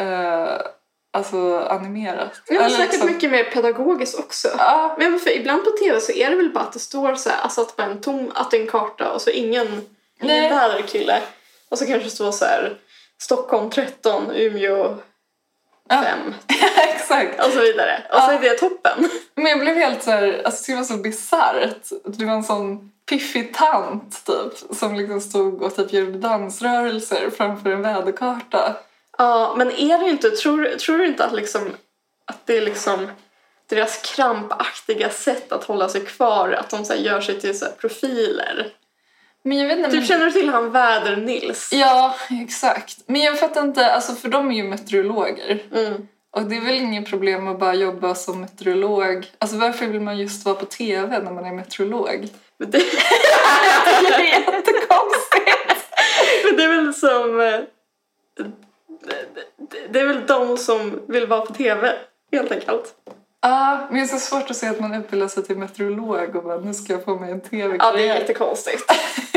animerat. Ja, men säkert liksom mycket mer pedagogiskt också. Ja. Men för ibland på tv så är det väl bara att det står så här, alltså att det är att det är en karta och så ingen väderkille. Och så kanske det står så här Stockholm 13, Umeå 5. Exakt. Och så vidare. Och så är det toppen. Men jag blev helt så här, alltså det var så bisarrt. Det var en sån piffig tant typ som liksom stod och typ gjorde dansrörelser framför en väderkarta. Ja, men är det inte, tror du inte att liksom att det är liksom deras krampaktiga sätt att hålla sig kvar, att de så här gör sig till så här profiler? Men jag vet inte, typ känner du till han Väder-Nils? Ja, exakt. Men jag fattar inte, alltså för de är ju meteorologer. Och det är väl inget problem att bara jobba som meteorolog. Alltså varför vill man just vara på tv när man är meteorolog? Det är jättekonstigt. Men det är väl som det är väl de som vill vara på tv helt enkelt. Ja, men det är så svårt att se att man utbildar sig till meteorolog och bara, nu ska jag få mig en tv-karriär. Ja, det är jättekonstigt.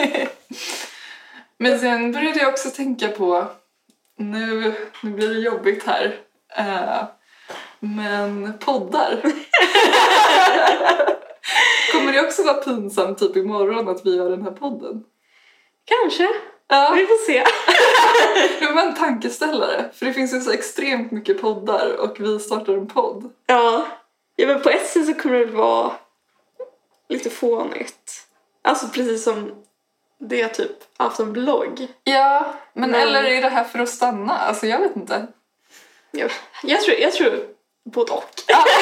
Men sen började jag också tänka på, nu blir det jobbigt här, men poddar. Kommer det också vara pinsamt typ imorgon att vi gör den här podden? Kanske. Ja. Vi får se. Det var en tankeställare. För det finns ju så extremt mycket poddar och vi startar en podd. Ja, men på ett sätt så kommer det vara lite fånigt. Alltså precis som det typ haft en blogg. Ja, men eller är det här för att stanna? Alltså jag vet inte. Jag tror både och.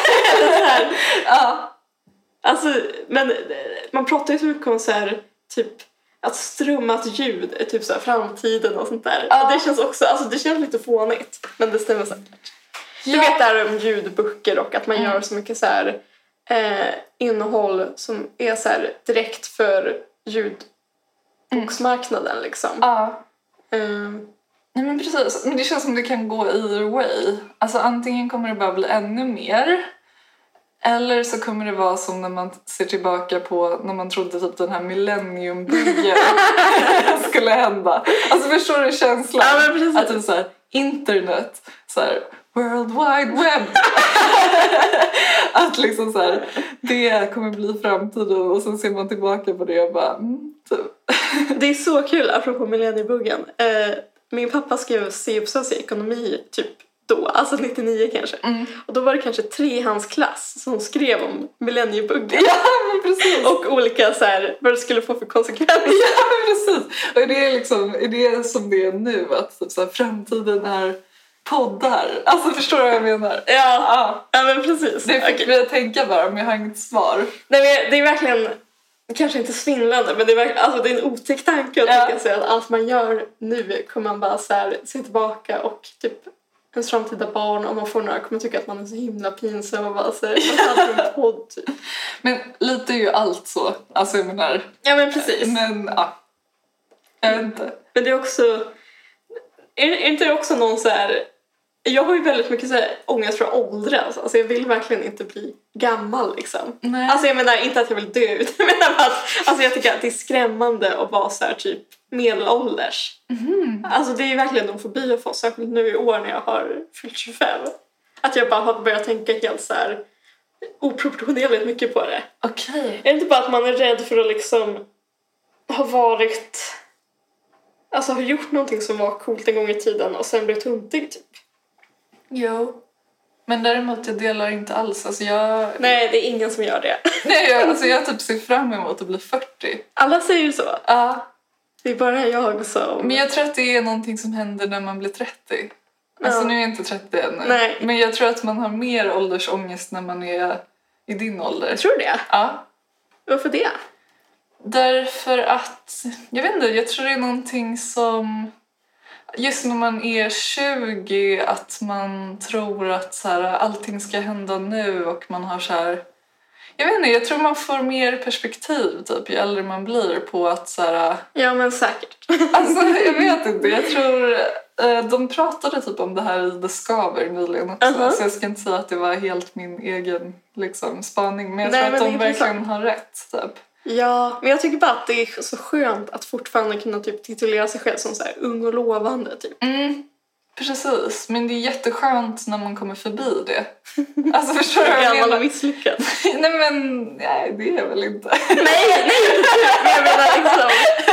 Ja. Alltså, men man pratar ju så mycket om så här, typ att strömmat ljud är typ så här framtiden och sånt där. Ja. Och det känns också, alltså det känns lite fånigt, men det stämmer säkert. Du vet där om ljudböcker och att man gör så mycket så här innehåll som är så här direkt för ljudboksmarknaden liksom. Ja. Nej men precis, men det känns som det kan gå either way. Alltså antingen kommer det bara bli ännu mer, eller så kommer det vara som när man ser tillbaka på när man trodde typ den här millenniumbyggen skulle hända. Alltså förstår du känslan? Ja, men precis. Att det är så här, internet, så här, World Wide Web. Att liksom så här, det kommer bli framtiden och sen ser man tillbaka på det och bara typ. Det är så kul apropå millenniebuggen. Min pappa skrev C-ekonomi typ då, alltså 99 kanske. Och då var det kanske 3 i hans klass som skrev om millenniebuggen. Ja, men precis. Och olika så här, vad det skulle få för konsekvenser. Ja, men precis. Och det är liksom, är det som det är nu, att typ så här, framtiden är poddar. Alltså förstår du vad jag menar? Ja, men precis. Det fick vi att tänka bara, men jag har inget svar. Nej, men det är verkligen, kanske inte svindlande, men det är, alltså, det är en otäck tanke att tänka sig att allt man gör nu kommer man bara så här, se tillbaka och typ ens framtida barn, om man får några, kommer tycka att man är så himla pinsam och bara säger man hade en podd typ. Men lite är ju allt så. Alltså jag menar. Ja, men precis. Men ja. Jag vet inte. Men det är också, är inte det också någon så här, jag har ju väldigt mycket så här ångest för att åldras. Alltså jag vill verkligen inte bli gammal liksom. Nej. Alltså jag menar inte att jag vill dö ut. Jag menar att alltså jag tycker att det är skrämmande att vara så här typ medelålders. Alltså det är verkligen en fobi att få, särskilt nu i år när jag har fyllt 25. Att jag bara har börjat tänka helt så här oproportionerligt mycket på det. Okej. Är det inte bara att man är rädd för att liksom ha varit, alltså har gjort någonting som var coolt en gång i tiden och sen blivit tuntig typ? Jo. Men däremot jag delar inte alls. Alltså Nej, det är ingen som gör det. Nej, alltså jag typ ser fram emot att bli 40. Alla säger ju så. Ja. Det är bara jag som... Men jag tror att det är någonting som händer när man blir 30. Alltså nu är jag inte 30 ännu. Nej. Men jag tror att man har mer åldersångest när man är i din ålder. Jag tror det. Ja. Varför det? Därför att, jag vet inte, jag tror det är någonting som, just när man är 20, att man tror att så här, allting ska hända nu och man har så här, jag vet inte, jag tror man får mer perspektiv typ ju äldre man blir på att så här, Ja, men säkert. alltså jag vet inte, jag tror de pratade typ om det här i The Skaver nyligen också, så jag ska inte säga att det var helt min egen liksom spaning, men jag tror att de verkligen har rätt typ. Ja, men jag tycker bara att det är så skönt att fortfarande kunna typ titulera sig själv som så här ung och lovande typ. Precis, men det är jätteskönt när man kommer förbi det. Alltså förstår du vad jag Gammal menar? och misslyckad. Nej, det är väl inte. nej, men jag menar liksom.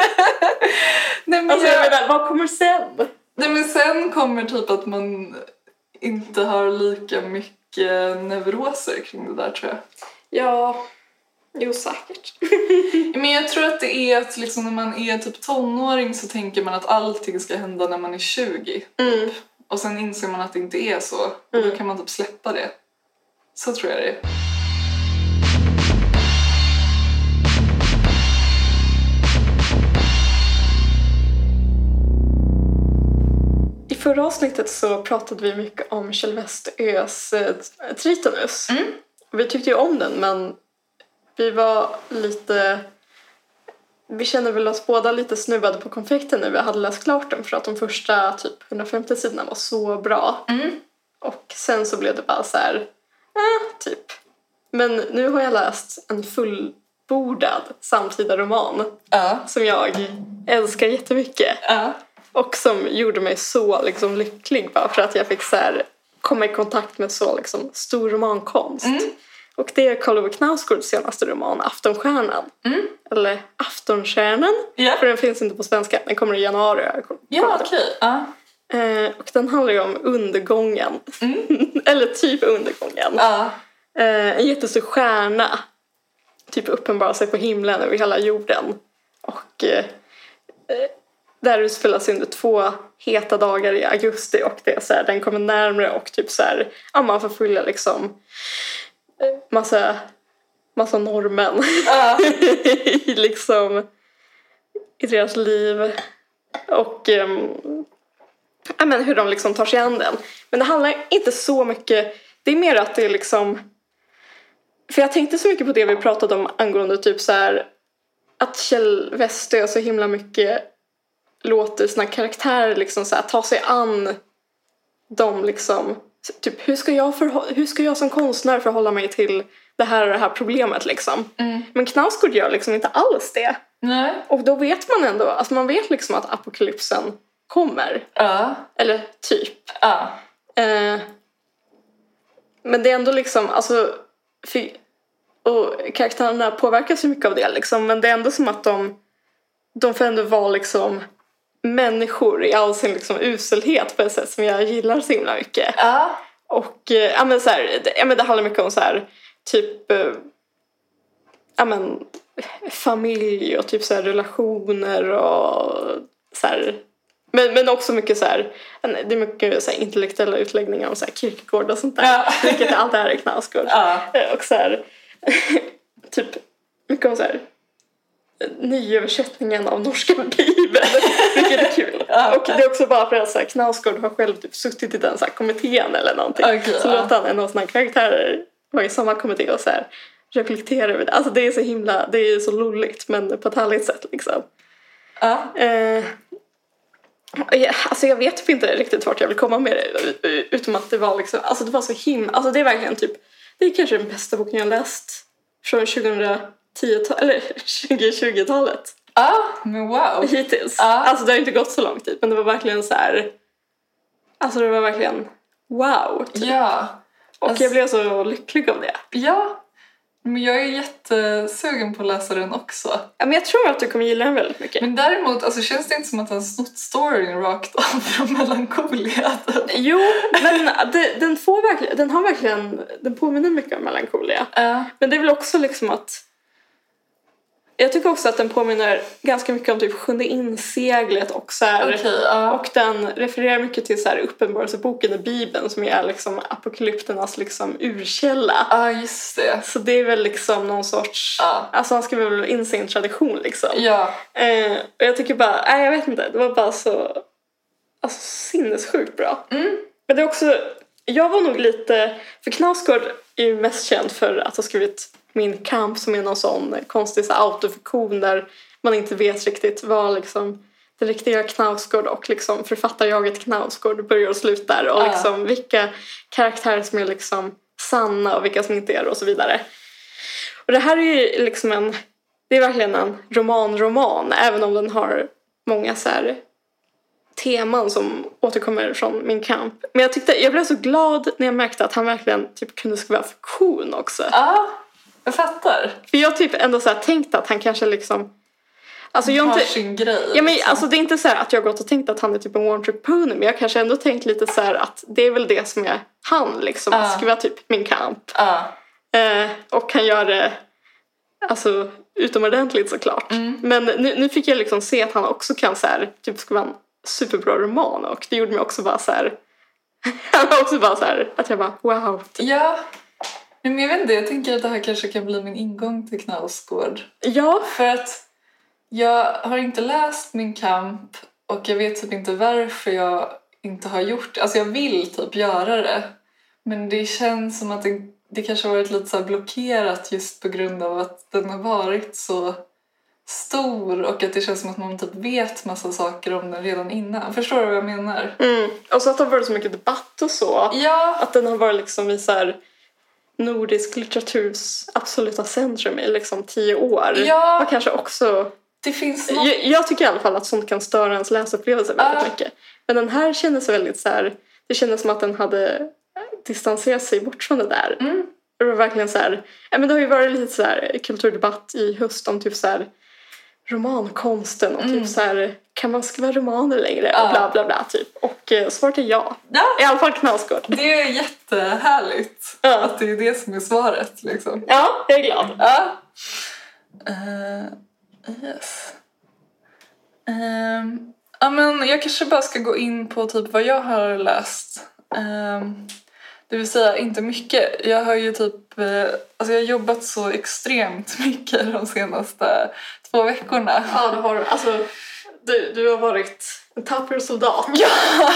Nej, men Alltså jag menar, vad kommer sen? Nej, men sen kommer typ att man inte har lika mycket neuroser kring det där, tror jag. Ja, jo säkert. Men jag tror att det är att liksom när man är typ tonåring så tänker man att allting ska hända när man är 20. Och sen inser man att det inte är så. Och då kan man typ släppa det. Så tror jag det är. I förra avsnittet så pratade vi mycket om Kjell Westös Tritonus. Vi tyckte ju om den, men vi var lite... Vi kände väl oss båda lite snubbade på konfekten när vi hade läst klart den, för att de första typ 150 sidorna var så bra. Och sen så blev det bara så här... typ. typ. Men nu har jag läst en fullbordad samtida roman som jag älskar jättemycket. Och som gjorde mig så liksom lycklig bara för att jag fick så här komma i kontakt med så liksom stor romankonst. Och det är Karl Ove Knausgårds senaste roman, Aftonstjärnan. Eller Aftonstjärnan, för den finns inte på svenska. Den kommer i januari. Ja, okej. Och den handlar ju om undergången. Eller typ undergången. En jättestor stjärna typ uppenbarar sig på himlen över hela jorden. Och där utspelas under 2 heta dagar i augusti. Och det är så här, den kommer närmare och typ så här, man får följa liksom massa normen i liksom i deras liv. Och men hur de liksom tar sig an den. Men det handlar inte så mycket. Det är mer att det är liksom, för jag tänkte så mycket på det vi pratade om angående typ så här, att Kjell Westö så himla mycket låter sina karaktärer liksom så här, ta sig an de liksom typ, hur ska jag som konstnär förhålla mig till det här problemet liksom. Men Knausgård gör liksom inte alls det. Nej. Och då vet man ändå, alltså man vet liksom att apokalypsen kommer. Eller typ. Men det är ändå liksom, alltså och karaktärerna påverkas så mycket av det liksom, men det är ändå som att de får ändå vara liksom människor i all sin liksom uselhet på ett sätt som jag gillar så himla mycket. Och men så här, det handlar mycket om så här typ familj och typ så här relationer och så här, men också mycket så här, det är mycket så här intellektuella utläggningar om så här Kierkegaard och sånt där. Vilket allt det här är Knausgård. Och så här typ mycket om så här nyöversättningen av norska bibeln. Vilket är kul. Och det är också bara för att så här, Knausgård har själv typ suttit i den så här kommittén eller någonting. Så låter han en av sina karaktärer vara i samma kommitté och så här reflektera över det. Alltså det är så himla, det är så lulligt men på ett härligt sätt liksom. Alltså jag vet typ inte riktigt vart jag vill komma med det, utom att det var liksom, alltså det var så himla, alltså det är verkligen typ, det är kanske den bästa boken jag läst från 2010-talet eller 2020-talet. Men wow. Hittills. Alltså det har inte gått så lång tid, men det var verkligen så här, alltså det var verkligen wow. Typ. Och alltså, jag blev så lycklig av det. Men jag är jättesugen på att läsa den också. Ja, men jag tror att du kommer gilla den väldigt mycket. Men däremot, alltså, känns det inte som att han snott storyn rakt av från Melancholia? Jo, men den påminner mycket om Melancholia. Men det är väl också liksom att, jag tycker också att den påminner ganska mycket om typ Sjunde inseglet och så här, och den refererar mycket till så här uppenbarelseboken i Bibeln som är liksom apokalypternas liksom urkälla. Just det. Så det är väl liksom någon sorts, alltså han skriver väl in sin tradition liksom. Och jag tycker bara, jag vet inte, det var bara så, alltså sinnessjukt bra. Men det är också, jag var nog lite, för Knausgård är ju mest känd för att ha skrivit Min kamp, som är någon sån konstig så autofiktion där man inte vet riktigt vad liksom det riktiga Knausgård och liksom författarjaget Knausgård börjar och slutar och liksom vilka karaktärer som är liksom sanna och vilka som inte är och så vidare. Och det här är ju liksom det är verkligen en roman även om den har många så här teman som återkommer från Min kamp. Men jag blev så glad när jag märkte att han verkligen typ kunde skriva fiktion också. Jag fattar. För jag typ ändå så här tänkt att han kanske liksom, alltså jag har inte sin grej. Ja, men liksom. alltså det är inte så här att jag har gått och tänkt att han är typ en one trick pony, men jag kanske ändå tänkt lite så här att det är väl det som är han liksom, att skriva typ Min kamp. Och han gör det alltså utomordentligt såklart. Men nu fick jag liksom se att han också kan så här typ skriva en superbra roman, och det gjorde mig också bara så här han var också bara så här att jag bara wow. Ja. Men jag vet inte, jag tänker att det här kanske kan bli min ingång till Knausgård. För att jag har inte läst Min kamp och jag vet typ inte varför jag inte har gjort det. Alltså jag vill typ göra det. Men det känns som att det kanske har varit lite så här blockerat just på grund av att den har varit så stor och att det känns som att man typ vet massa saker om den redan innan. Förstår du vad jag menar? Och så att det har varit så mycket debatt och så. Att den har varit liksom i så här, nordisk litteraturs absoluta centrum i liksom 10 år. Ja. Och kanske också... Det finns något... Jag tycker i alla fall att sånt kan störa ens läsupplevelse väldigt mycket. Men den här kändes väldigt så här... Det kändes som att den hade distanserat sig bort från det där. Det var verkligen så här... Men det har ju varit lite så här kulturdebatt i höst om typ så här romankonsten och typ så här, kan man skriva romaner längre och bla bla bla typ. Och svaret är ja. I alla fall knallskort. Det är jättehärligt att det är det som är svaret liksom. Ja, jag är glad. Ja. Yes. Men jag kanske bara ska gå in på typ vad jag har läst. Det vill säga inte mycket. Jag har ju typ jag har jobbat så extremt mycket de senaste 2 veckorna. Ja, det har du. Alltså, du har varit en tapper soldat. Ja,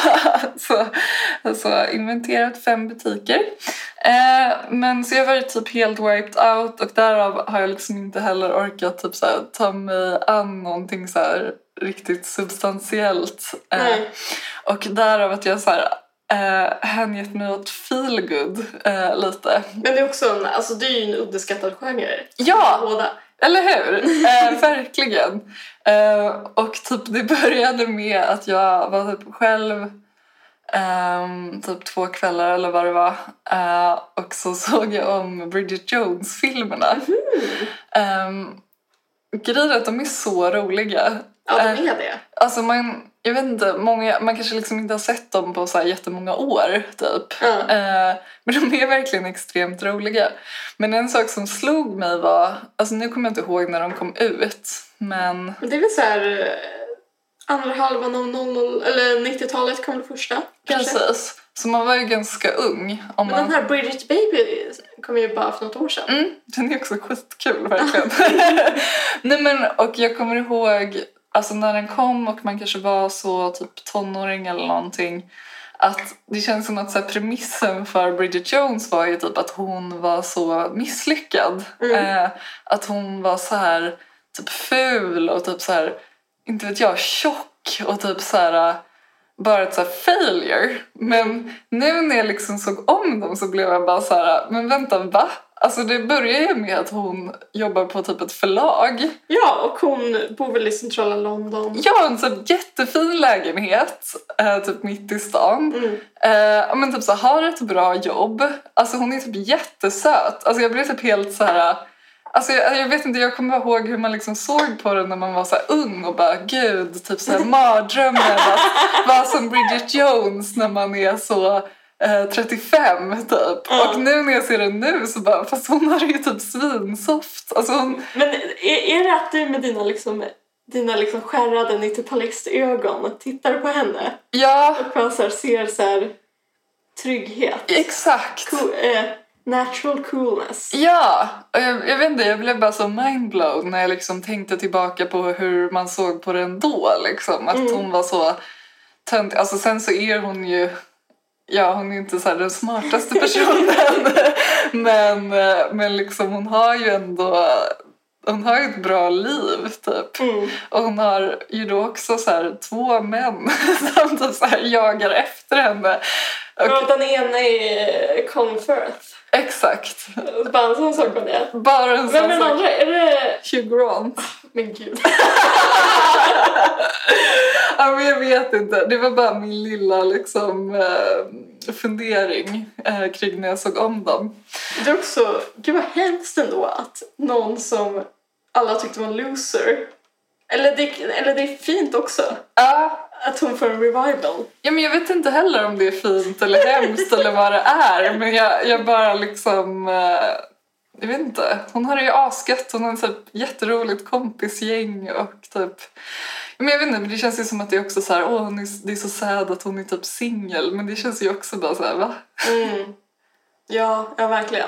alltså inventerat 5 butiker. Men så jag har varit typ helt wiped out och därav har jag liksom inte heller orkat typ så här, ta mig an någonting så här riktigt substantiellt. Och därav att jag så här hängett mig åt feelgood lite. Men det är också alltså det är ju en underskattad genre. Ja, båda. Eller hur? Verkligen. Och typ det började med att jag var typ själv typ 2 kvällar eller vad det var. Och så såg jag om Bridget Jones-filmerna. Grejen är att de är så roliga. Ja, de är det. Alltså jag vet inte, man kanske liksom inte har sett dem på så här jättemånga år typ. Men de är verkligen extremt roliga. Men en sak som slog mig var, alltså nu kommer jag inte ihåg när de kom ut, men det är väl så här andra halvan av 00 eller 90-talet kom det första. Kanske. Precis. Så man var ju ganska ung. Men den här Bridget Baby kom ju bara för något år sedan. Den är också skitkul verkligen. Nej men, och jag kommer ihåg alltså när den kom och man kanske var så typ tonåring eller någonting, att det känns som att så här, premissen för Bridget Jones var ju typ att hon var så misslyckad. Att hon var så här typ ful och typ så här, inte vet jag, tjock och typ så här bara ett så här failure. Men nu när jag liksom såg om dem så blev jag bara så här, men vänta, va? Alltså det börjar ju med att hon jobbar på typ ett förlag. Ja, och hon bor väl i centrala London. Ja, en så jättefin lägenhet typ mitt i stan. Men typ så har ett bra jobb. Alltså hon är typ jättesöt. Alltså jag blev typ helt så här. Alltså jag vet inte, jag kommer ihåg hur man liksom såg på den när man var så här ung och bara gud, typ så här mardrömmen att vara som Bridget Jones när man är så 35 typ. Och nu när jag ser den nu så bara, fast hon har ju typ svinsoft. Alltså hon... Men är det att du med dina liksom skärrade 90-talistögon tittar på henne? Ja. Och man så här ser så här trygghet. Exakt. Natural coolness. Ja, och jag vet inte, jag blev bara så mindblown när jag liksom tänkte tillbaka på hur man såg på den då liksom. Att hon var så tönt. Alltså sen så är hon ju, ja, hon är inte så här den smartaste personen. men liksom hon har ju ändå, hon har ju ett bra liv typ. Och hon har ju då också så här 2 män som typ så här jagar efter henne. Och den ena är Colin Firth. Exakt. Bara en sån sak på det. Bara en sån sak. Men andra, är det Hugh Grant? Men gud. Ja, men jag vet inte. Det var bara min lilla liksom fundering kring när jag såg om dem. Det är också, gud vad hemskt ändå att någon som alla tyckte var en loser. Eller det är fint också. Ja. Att hon får en revival. Ja, men jag vet inte heller om det är fint eller hemskt eller vad det är. Men jag bara liksom... jag vet inte. Hon har det ju asgött. Hon har en typ jätteroligt kompisgäng och typ... Men jag vet inte, men det känns ju som att det är också så här... det är så sad att hon är typ singel. Men det känns ju också bara så här, va? Ja, verkligen.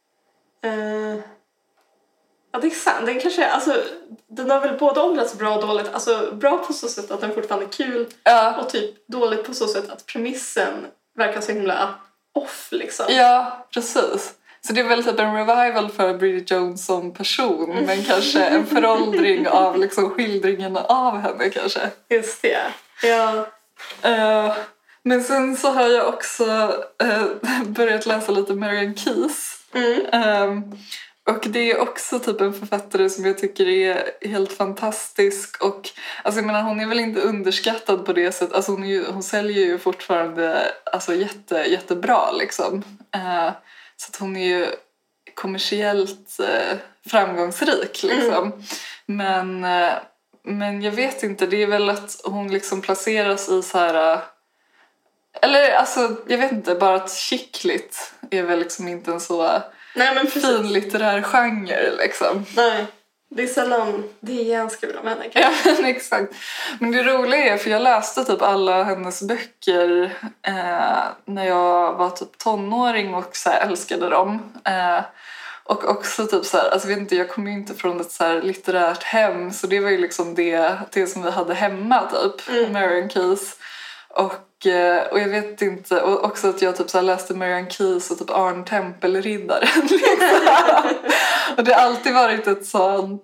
Ja, det är sant. Den kanske, alltså, den har väl både åldrats bra och dåligt. Alltså bra på så sätt att den fortfarande är kul. Ja. Och typ dåligt på så sätt att premissen verkar så himla off liksom. Ja, precis. Så det är väl typ en revival för Bridget Jones som person. Men kanske en föråldring av liksom skildringen av henne kanske. Just det, ja. Men sen så har jag också börjat läsa lite Marian Keyes. Och det är också typ en författare som jag tycker är helt fantastisk. Och alltså jag menar, hon är väl inte underskattad på det sättet. Alltså hon säljer ju fortfarande alltså jättebra liksom. Så att hon är ju kommersiellt framgångsrik liksom. Men jag vet inte, det är väl att hon liksom placeras i så här... Eller alltså, jag vet inte, bara att chickligt är väl liksom inte en så fin litterär genre liksom. Nej, det är sällan det är jänskrivna män. Ja, exakt. Men det roliga är, för jag läste typ alla hennes böcker när jag var typ tonåring och så här, älskade dem. Och också typ så här, alltså vet inte, jag kom ju inte från ett så här litterärt hem, så det var ju liksom det som vi hade hemma typ, Marian Keyes. Och jag vet inte, och också att jag typ så här läste Marian Keyes och typ Arn Tempelriddaren liksom. Och det har alltid varit ett sånt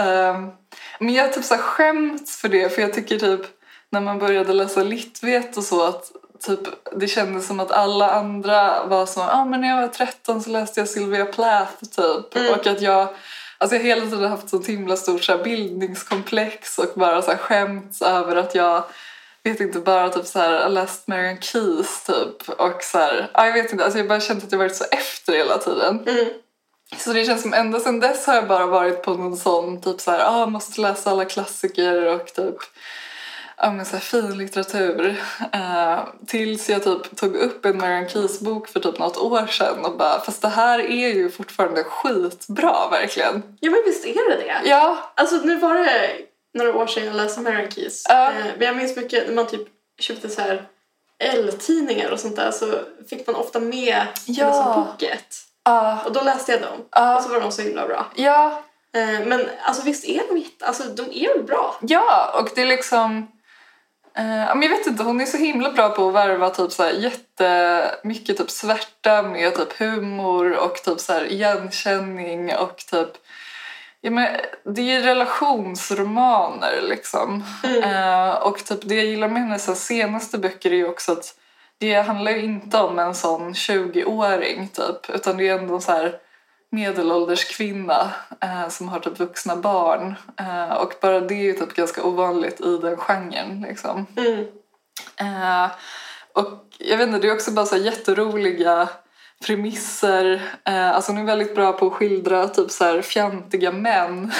men jag har typ så här skämt för det, för jag tycker typ när man började läsa littvet och så, att typ det kändes som att alla andra var så, men när jag var 13 så läste jag Sylvia Plath typ, och att jag hela tiden haft så himla stort så här bildningskomplex och bara så här skämts över att jag vet inte, bara typ så här läst Marian Keyes typ, och så här, jag vet inte, alltså jag bara känt att jag varit så efter hela tiden. Så det känns som ända sedan dess har jag bara varit på någon sån typ så här, måste läsa alla klassiker och typ men så här fin litteratur. Tills jag typ tog upp en Marian Keyes bok för typ något år sedan och bara, fast det här är ju fortfarande skitbra verkligen. Ja, men visst är det? Ja. Alltså nu var det några år sedan jag läste Marian Keyes. Men jag minns mycket när man typ köpte så här L-tidningar och sånt där, så fick man ofta med en pocket. Och då läste jag dem. Och så var de så himla bra. Ja. Men alltså visst är de är väl bra? Ja, och det är liksom... men jag vet inte, hon är så himla bra på att värva typ så här jättemycket typ svärta med typ humor och typ så här igenkänning och typ... Ja, men det är relationsromaner liksom. Och typ det jag gillar med hennes senaste böcker är ju också att det handlar ju inte om en sån 20-åring typ, utan det är ändå så här medelålders kvinna som har typ vuxna barn. Och bara det är ju typ ganska ovanligt i den genren liksom. Och jag vet inte, det är också bara så här jätteroliga premisser. Alltså hon är väldigt bra på att skildra typ så här fjantiga män.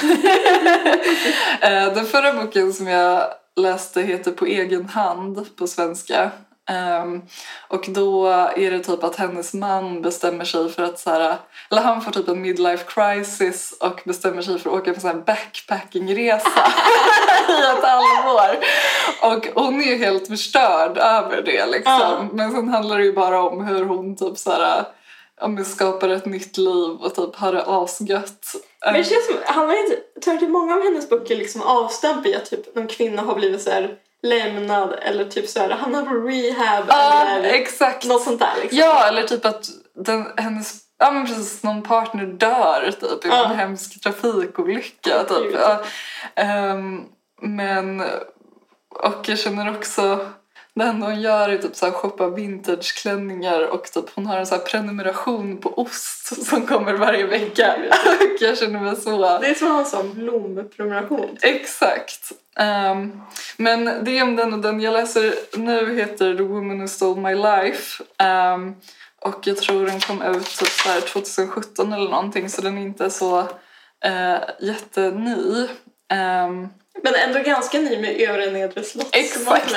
Den förra boken som jag läste heter På egen hand på svenska. Och då är det typ att hennes man bestämmer sig för att så här, eller han får typ en midlife crisis och bestämmer sig för att åka på en backpackingresa i ett halvår. Och hon är ju helt förstörd över det liksom. Men sen handlar det ju bara om hur hon typ så här, skapar ett nytt liv och typ har det asgött. Men det känns som, tror många av hennes böcker liksom avstamp i att typ någon kvinna har blivit så här lämnad, eller typ så här hamnar på rehab eller exakt. Något sånt där liksom. Ja, eller typ att hennes men precis, någon partner dör typ i en hemsk trafikolycka typ. Men och jag känner också det enda hon gör är typ så här shoppa vintageklänningar och typ hon har en så här prenumeration på ost som kommer varje vecka. Och jag känner mig så... Det är som en sån blomprenumeration. Exakt. Men det är om den, och den jag läser nu heter The Woman Who Stole My Life. Och jag tror den kom ut typ så här 2017 eller någonting, så den är inte så jätteny. Men ändå ganska ny med Övre Nedre Slott. Exakt.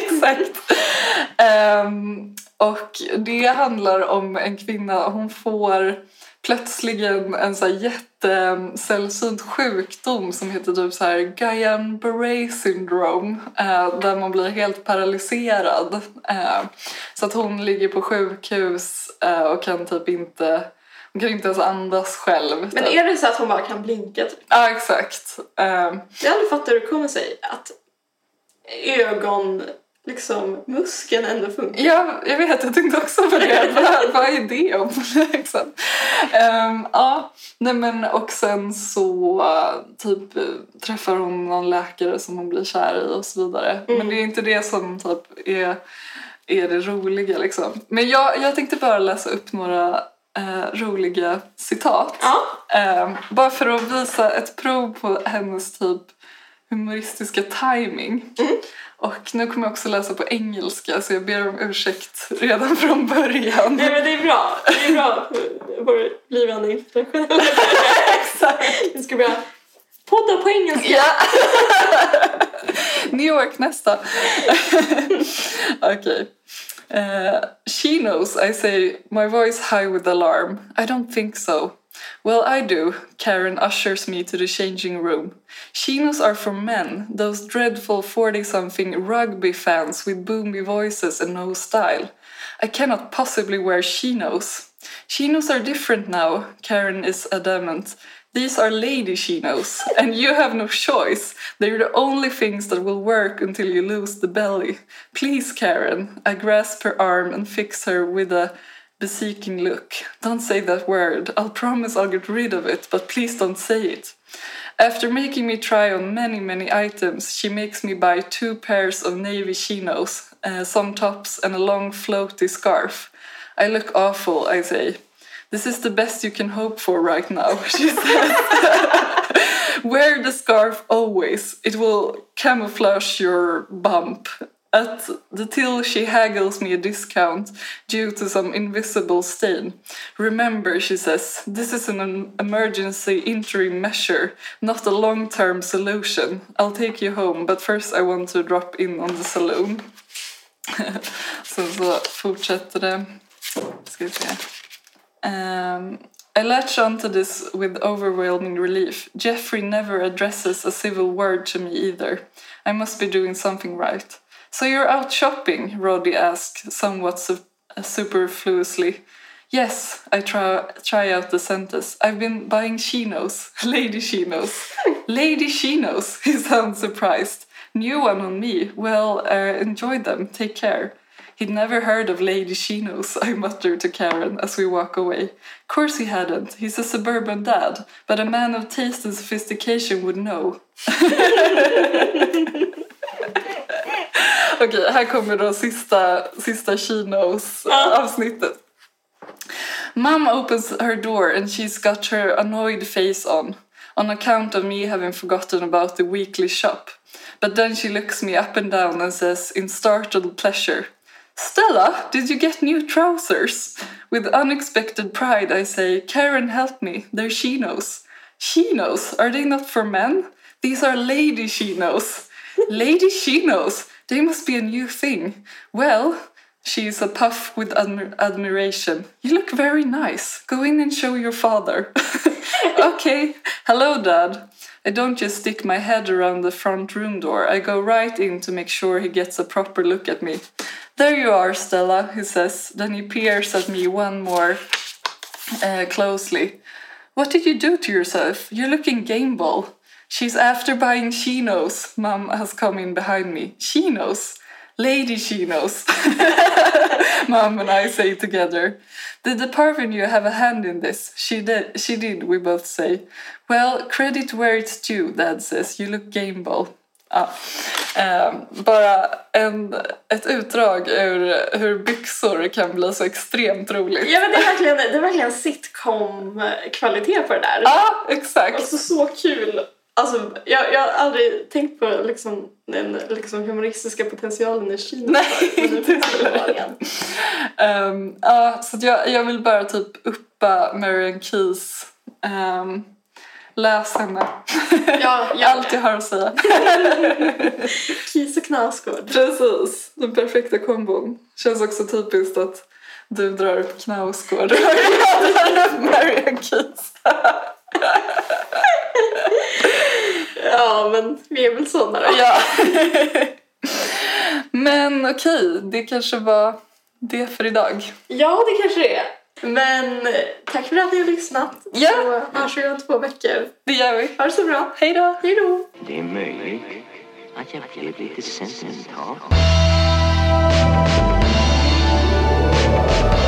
Och det handlar om en kvinna, hon får plötsligen en så här jättesällsynt sjukdom som heter typ så här Guillain-Barré syndrome, där man blir helt paralyserad. Så att hon ligger på sjukhus och kan typ inte... Hon kan inte ens andas själv. Men är det så att hon bara kan blinka typ? Ja, exakt. Jag har aldrig fattat hur det kommer sig att ögon, liksom, muskeln ändå funkar. Ja, jag vet. Jag tänkte också på det. Vad är det om? Liksom. Nej, men och sen så typ träffar hon någon läkare som hon blir kär i och så vidare. Men det är inte det som typ är det roliga liksom. Men jag tänkte bara läsa upp några roliga citat. Ja. Bara för att visa ett prov på hennes typ humoristiska timing. Och nu kommer jag också läsa på engelska, så jag ber om ursäkt redan från början. Nej, men det är bra. Det är bra för vår blivande internationella. Exakt. Vi ska börja podda på engelska. Ja. New York nästa. Okej. She knows, I say, my voice high with alarm. I don't think so. Well, I do. Karen ushers me to the changing room. Chinos are for men, those dreadful 40-something rugby fans with boomy voices and no style. I cannot possibly wear chinos. Chinos are different now, Karen is adamant. These are lady chinos, and you have no choice. They're the only things that will work until you lose the belly. Please, Karen. I grasp her arm and fix her with a beseeching look. Don't say that word. I'll promise I'll get rid of it, but please don't say it. After making me try on many items, she makes me buy 2 pairs of navy chinos, some tops and a long floaty scarf. I look awful, I say. This is the best you can hope for right now, she says. Wear the scarf always. It will camouflage your bump. At the till she haggles me a discount due to some invisible stain. Remember, she says, this is an emergency interim measure, not a long-term solution. I'll take you home, but first I want to drop in on the saloon. Så fortsätter det. Ska vi se. I latch onto this with overwhelming relief. Jeffrey never addresses a civil word to me either. I must be doing something right. So you're out shopping? Roddy asks, somewhat superfluously. Yes, I try out the sentence. I've been buying chinos. Lady chinos. Lady chinos, he sounds surprised. New one on me. Well, enjoy them. Take care. He'd never heard of Lady Chinos, I mutter to Karen as we walk away. Course he hadn't. He's a suburban dad, but a man of taste and sophistication would know. Okej, här kommer då sista Chinos-avsnittet. Mom opens her door and she's got her annoyed face on account of me having forgotten about the weekly shop. But then she looks me up and down and says in startled pleasure, Stella, did you get new trousers? With unexpected pride I say, Karen, help me, they're chinos. Chinos? Are they not for men? These are lady chinos. Lady chinos? They must be a new thing. Well, she's a puff with admiration. You look very nice. Go in and show your father. Okay. Hello, Dad. I don't just stick my head around the front room door. I go right in to make sure he gets a proper look at me. There you are, Stella, he says. Then he peers at me one more closely. What did you do to yourself? You're looking game ball. She's after buying chinos. Mum has come in behind me. Chinos? Lady chinos. Mum and I say together. Did the parvenu have a hand in this? She did, we both say. Well, credit where it's due, Dad says. You look game ball. Ja. Bara ett utdrag ur hur byxor kan bli så extremt roligt. Ja, men det är verkligen sitcom-kvalitet på det där. Ja, exakt. Alltså så kul. Alltså, jag har aldrig tänkt på den humoristiska potentialen i Kina. Nej, inte heller. Ja, så att jag vill bara typ uppa Marian Keyes. Läs henne. Ja. Allt jag har att säga. Keyes och Knausgård. Precis, den perfekta kombon. Känns också typiskt att du drar upp Knausgård och jag drar upp Marian Keyes. Ja, men vi är väl sådana då. Ja. Men okej, det kanske var det för idag. Ja, det kanske det är. Men tack för att ni har lyssnat. Ja. Så hörs vi om 2 veckor. Det gör vi. Ha det så bra. Hej då. Hej då. Det är möjligt att jag blev lite sentimental.